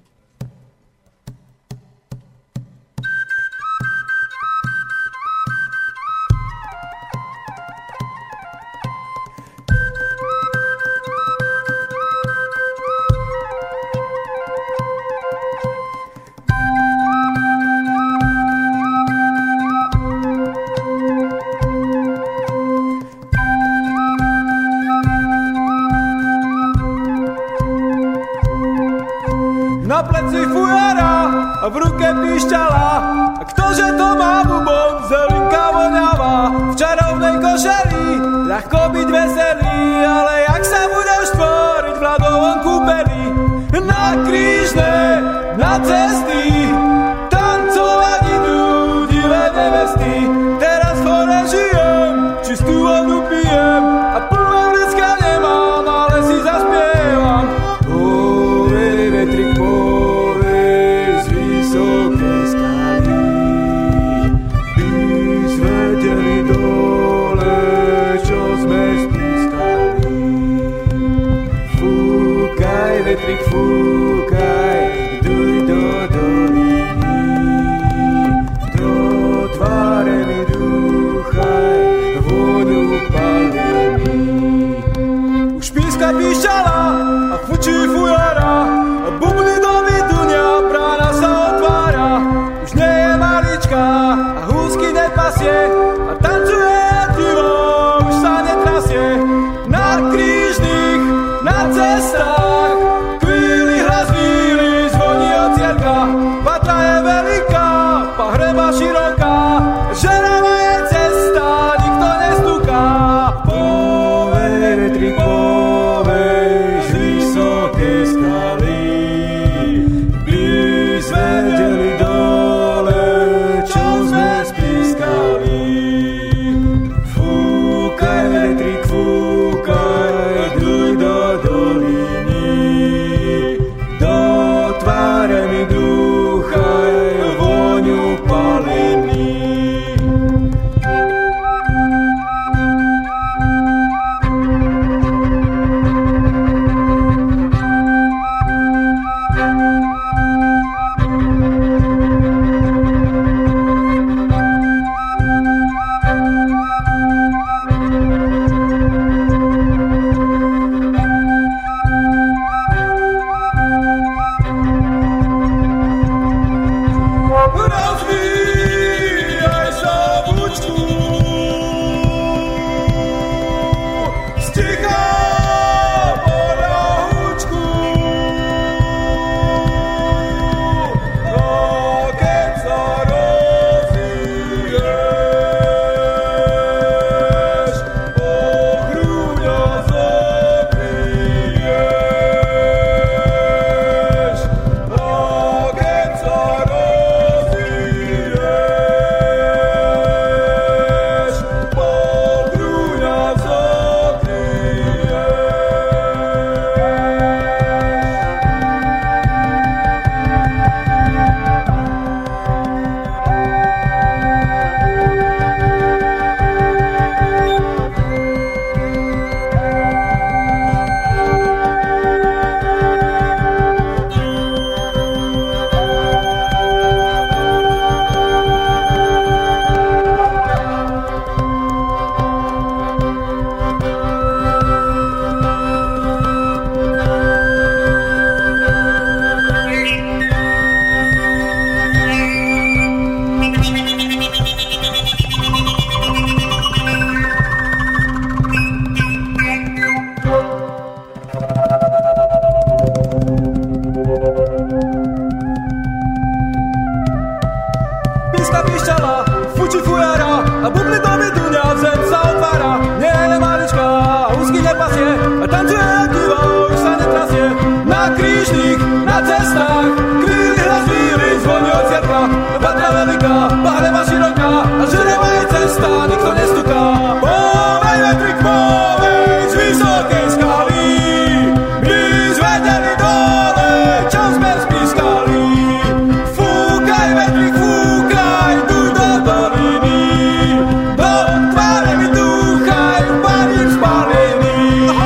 Na pleci fujara a v ruke píšťala. A ktože to má bubon, zelinka voňavá. V čarovnej košeli, ľahko byť veselý, ale jak sa budeš tvoriť v ľadovom kúpeli. Na krížne, na cesty, tancovať idú divé nevesty. Teraz hore žijem, čistú vodu pijem a plné vrecka nemám, ale si zaspievam. Povej vetrik, povej z vysokej skaly, by zvedeli dole, čo sme spískali. Fúkaj, vetrik, fúkaj, a bubny do vyduňa, zem sa otvára, nie je malička, úzky nepasie, a tancuje jak divo, už sa netrasie. Na krížnych, na cestách, kvíli hlas víly, zvoní od zjerka, vatra veľká, pahleva široká, a žereva je cesta, nikto nestuká. Povej vetrik, povej z vysokej skaly, my zvedeli dole, čo sme spískali. Fúkaj vetrik, fúkaj, duj do doliny, do tváre mi dúchaj, balím spálený.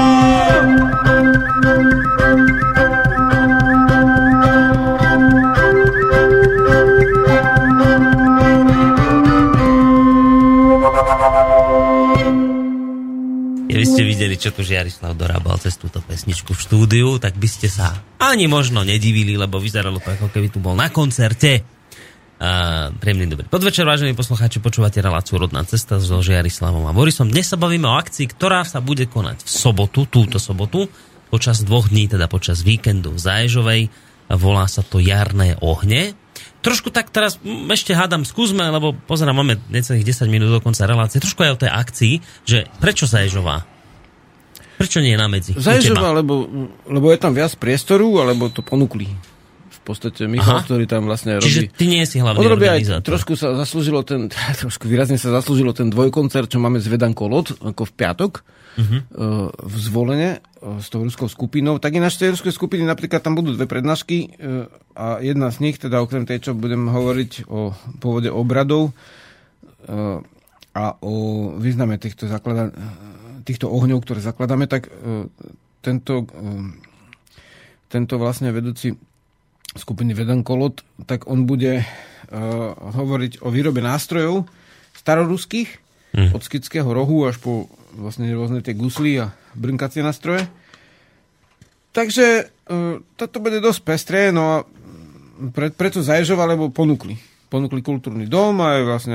Keby ste videli, čo tu Žiarislav dorábal cez túto pesničku v štúdiu, tak by ste sa ani možno nedivili, lebo vyzeralo to, ako keby tu bol na koncerte. Uh, príjemný dobrý podvečer, vážení poslucháči, počúvate reláciu Rodná cesta so Žiarislavom a Borisom. Dnes sa bavíme o akcii, ktorá sa bude konať v sobotu, túto sobotu, počas dvoch dní, teda počas víkendu v Záježovej. Volá sa to Jarné ohne. Trošku tak teraz m, ešte hádam, skúsme, lebo pozerám, máme necelých desať minút do konca relácie, trošku aj o tej akcii, že prečo Záježová? Prečo nie je na medzi? Záježová, lebo, lebo je tam viac priestoru, alebo to ponúkli. V podstate Michal, Aha. ktorý tam vlastne robí. Čiže ty nie si hlavný organizátor. Trošku sa zaslúžilo ten, trošku výrazne sa zaslúžilo ten dvojkoncert, čo máme z Vedan Kolot, ako v piatok, uh-huh. v Zvolene, s tou ruskou skupinou. Tak ináč tej ruskej skupiny napríklad tam budú dve prednášky a jedna z nich, teda okrem tej, čo budem hovoriť o pôvode obradov a o význame týchto, zaklada, týchto ohňov, ktoré zakladáme, tak tento, tento vlastne vedúci skupiny Vedan Kolot, tak on bude hovoriť o výrobe nástrojov staroruských, hmm. od skického rohu až po vlastne rôzne tie gusly a brnkacie nástroje. Takže uh, toto bude dosť pestré, no a pre, preto Záježová, lebo ponúkli. Ponúkli kultúrny dom a je vlastne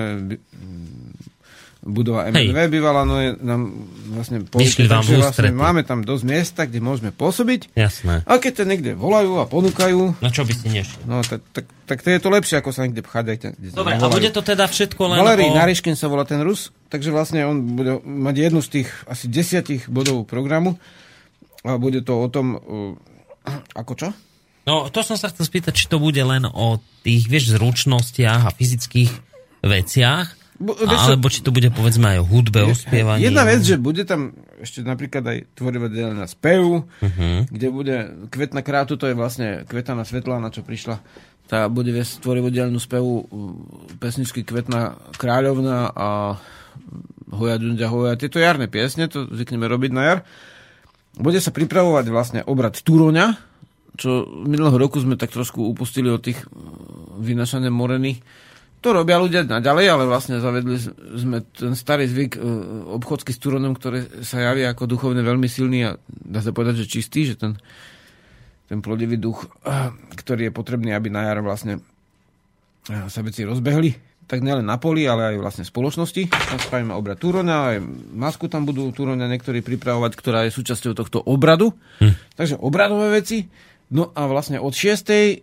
budova em en vé bývala, no je nám vlastne ponúkli, takže vlastne máme tam dosť miesta, kde môžeme pôsobiť. Jasné. A keď to niekde volajú a ponúkajú... No čo by ste nešli? No tak, tak, tak to je to lepšie, ako sa niekde pchádať. Dobre, a bude to teda všetko len Valerij o... Nariškin sa volá ten Rus, takže vlastne on bude mať jednu z tých asi desiatich bodov programu a bude to o tom, uh, ako čo? No, to som sa chcel spýtať, či to bude len o tých, vieš, zručnostiach a fyzických veciach, Bo, alebo či to bude, povedzme, aj o hudbe, o spievaní. Jedna vec, že bude tam ešte napríklad aj tvorivadelná spev, uh-huh. kde bude Kvetna krátu, to je vlastne Kvetana Svetlana, čo prišla. Tá bude viesť tvorivadelnú spevu pesničky Kvetna kráľovna a Hoja Dunďa Hoja. Tieto jarné piesne, to zvykneme robiť na jar. Bude sa pripravovať vlastne obrad Turoňa, čo minulého roku sme tak trošku upustili od tých vynašané moreny. To robia ľudia naďalej, ale vlastne zavedli sme ten starý zvyk obchodský s Turonom, ktorý sa javí ako duchovne veľmi silný a dá sa povedať, že čistý, že ten, ten plodivý duch, ktorý je potrebný, aby na jar vlastne sa veci rozbehli, tak nielen na poli, ale aj vlastne v spoločnosti. Tam spravíme obrad Turoňa, aj masku tam budú Turoňa niektorí pripravovať, ktorá je súčasťou tohto obradu. Hm. Takže obradové veci. No a vlastne od šiestej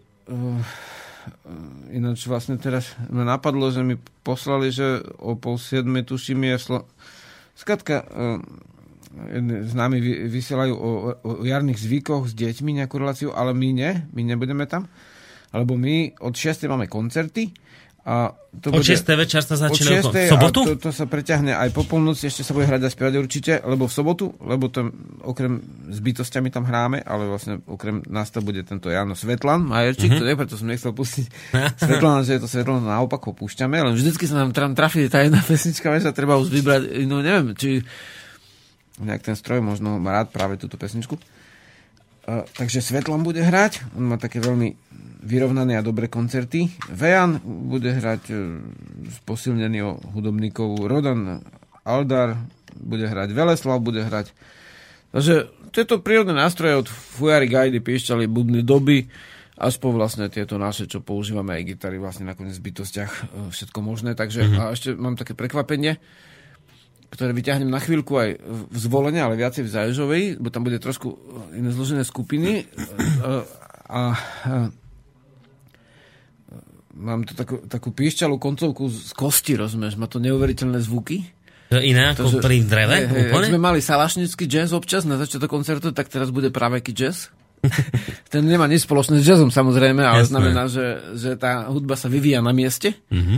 ináč vlastne teraz ma napadlo, že mi poslali, že o pol siedme tuším je slo... Skladka uh, známi vysielajú o, o jarných zvykoch s deťmi nejakú reláciu, ale my nie, my nebudeme tam, lebo my od šiestej máme koncerty a to od bude... šiestej večer sa začína v sobotu? A to, to sa preťahne aj po polnoci, ešte sa bude hrať a spievať určite, lebo v sobotu, lebo tam okrem s bytostiami tam hráme, ale vlastne okrem nás to bude tento Jano Svetlan, Majerčík, mm-hmm. to je, preto som nechcel pustiť Svetlana, že je to Svetlana, naopak ho púšťame, len vždycky sa nám tam trafí tá jedna pesnička, že sa treba už vybrať, no neviem, či nejak ten stroj možno má rád práve túto pesničku. Uh, takže Svetlan bude hrať, on má také veľmi vyrovnané a dobré koncerty. Vejan bude hrať uh, posilnený hudobníkov, Rodan Aldar bude hrať, Veleslav bude hrať. Takže tieto prírodné nástroje od fujary, gajdy, piešťaly, bubny, doby až po vlastne tieto naše, čo používame aj gitary vlastne nakoniec v bytostiach, uh, všetko možné. Takže mm-hmm. a ešte mám také prekvapenie, ktoré vyťahnem na chvíľku aj v Zvolene, ale viacej v Záježovej, bo tam bude trošku iné zložené skupiny. A, a, a mám tu takú, takú píšťalú koncovku z kosti, rozumieš, má to neuveriteľné zvuky. To je iné ako to, pri dreve? Hej, hej, ak sme mali salašnický jazz občas na začiatok koncertu, tak teraz bude praveký jazz. Ten nemá nič spoločné s jazzom, samozrejme, ale Jasné. znamená, že, že tá hudba sa vyvíja na mieste. Mm-hmm.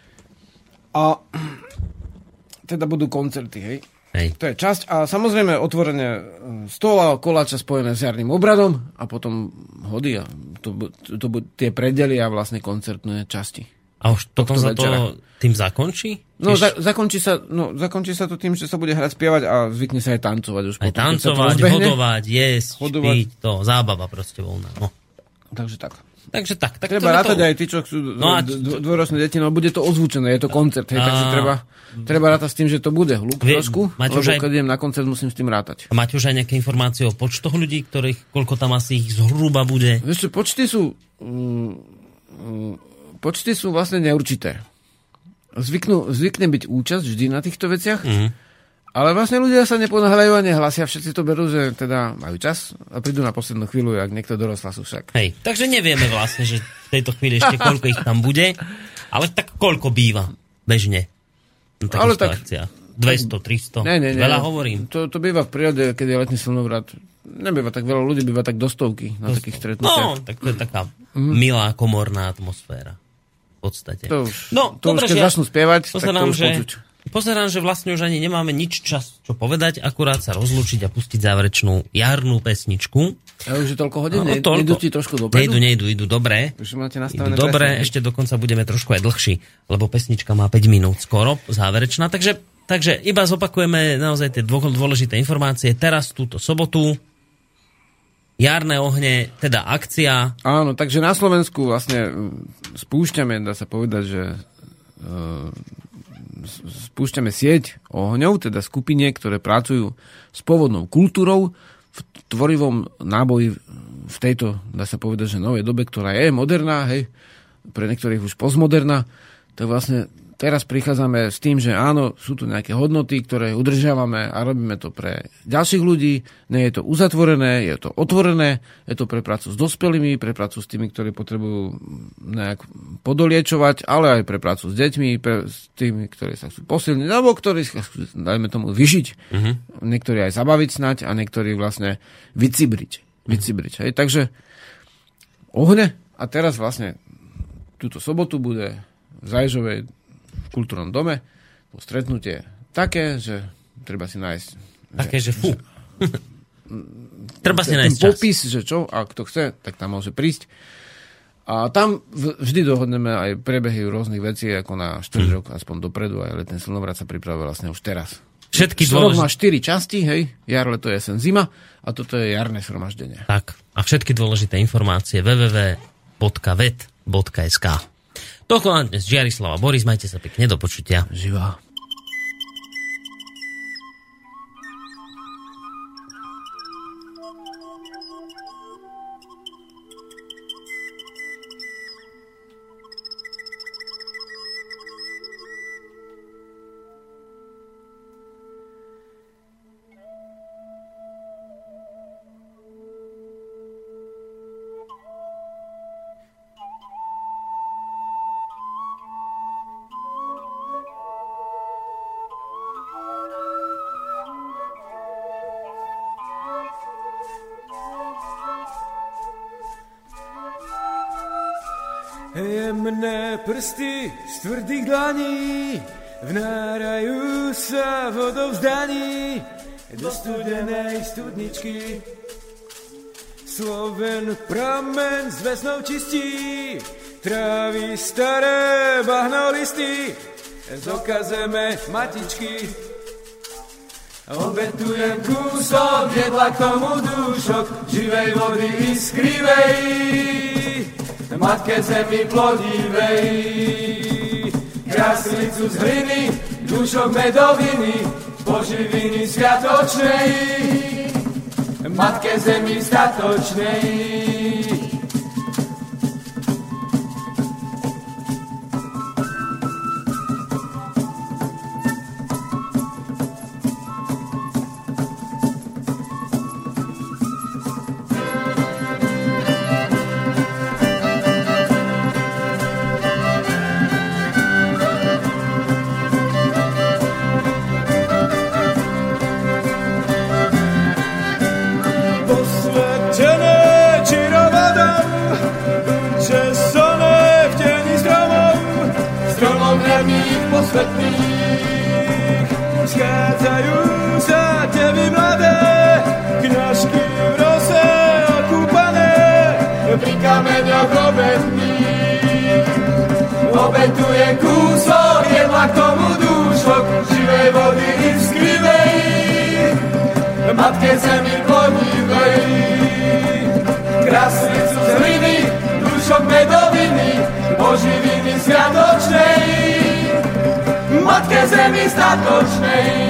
A teda budú koncerty, hej. Hej. To je časť a samozrejme otvorenie stola, koláča spojené s jarným obradom a potom hody a to, to, to, to tie predely a vlastne koncertné časti. A už potom sa to tým zakončí? No, za, zakončí, sa, no zakončí sa to tým, že sa bude hrať, spievať a zvykne sa aj tancovať. Už aj potom, tancovať, hodovať, jesť, hodovať. Špiť, to zábava proste voľná. No. Takže tak. Takže tak. tak treba rátať to... aj tí, čo sú no dvojročné deti, no bude to ozvučené, je to koncert, hej, a... takže treba, treba rátať s tým, že to bude hluk Vie, trošku, lebo aj... keď idem na koncert, musím s tým rátať. A máte už aj nejaké informácie o počtoch ľudí, ktorých, koľko tam asi ich zhruba bude? Vieš čo, počty sú um, um, počty sú vlastne neurčité. Zvyknú, zvykne byť účasť vždy na týchto veciach, mm. ale vlastne ľudia sa neponáhľajú a nehlasia, všetci to berú, že teda majú čas a prídu na poslednú chvíľu, ak niekto dorosla sú však. Hej, takže nevieme vlastne, že v tejto chvíli ešte koľko ich tam bude, ale tak koľko býva bežne na takýchto tak, akciách? dvesto, tristo? Ne, ne, ne, veľa hovorím. To, to býva v prírode, keď je letný slnovrat. Nebýva tak veľa ľudí, býva tak do stovky na takých stretnutiach. No, tak to je taká mm. milá komorná atmosféra. V podstate. To už, no, to dobre, už keď začnú spievať, pozerám, tak to už že, počuť. Pozerám, že vlastne už ani nemáme nič čas, čo povedať, akurát sa rozlúčiť a pustiť záverečnú jarnú pesničku. A už je toľko hodín, no, toľko. Nejdu ti trošku dopredu? Nejdu, nejdu, idú dobre. Už máte nastavené idú dobre, ešte dokonca budeme trošku aj dlhší, lebo pesnička má päť minút skoro, záverečná, takže, takže iba zopakujeme naozaj tie dôležité informácie. Teraz túto sobotu jarné ohne, teda akcia. Áno, takže na Slovensku vlastne spúšťame, dá sa povedať, že uh, spúšťame sieť ohňov, teda skupiniek, ktoré pracujú s pôvodnou kultúrou v tvorivom náboji v tejto, dá sa povedať, že novej dobe, ktorá je moderná, hej, pre niektorých už postmoderná, tak vlastne teraz prichádzame s tým, že áno, sú tu nejaké hodnoty, ktoré udržiavame a robíme to pre ďalších ľudí. Nie je to uzatvorené, je to otvorené, je to pre prácu s dospelými, pre prácu s tými, ktorí potrebujú nejak podoliečovať, ale aj pre prácu s deťmi, pre, s tými, ktorí sa chcú posilniť, alebo ktorí sa chcú, dajme tomu, vyžiť. Uh-huh. Niektorí aj zabaviť snať a niektorí vlastne vycibriť. vycibriť hej. Takže ohne a teraz vlastne túto sobotu bude v Zajžovej v kultúrnom dome to stretnutie také, že treba si nájsť také, že, že fú že, treba si nájsť čas. Popis, že čo, a kto chce, tak tam môže prísť. A tam vždy dohodneme aj prebehy rôznych vecí, ako na štvrť hmm. rok, aspoň dopredu, aj letný slnovrat sa pripravuje vlastne už teraz. Všetky Rok má štyri časti, hej, jar, leto, jesen, zima, a toto je jarné zhromaždenie. Tak, a všetky dôležité informácie w w w bodka vet bodka es ká. Toľko na dnes, Žiarislav a Boris, majte sa pekne, do počutia. Živá. Jemné prsty z tvrdých dlaní vnárajú sa v odovzdaní do studenej studničky. Sloven pramen s vesnou čistí, trávi staré bahnolisty, zokazeme matičky. Obetujem kúsok, jedla k tomu dúšok, živej vody iskrivej, matke zemi plodivej. Kráslicu z hliny, dúšok medoviny, poživiny sviatočnej, matke zemi statočnej. svetných. Schádzajú sa teby mladé, kňažky v rose okúpané, pri kameňoch obetných. Obetujem kúsok jedla k tomu dúšok, živej vody i vzkrivej, matke zemi klonivej. Krasnicu z hliny, dúšok medoviny, oživiny sviatočnej, matke zemi statočnej.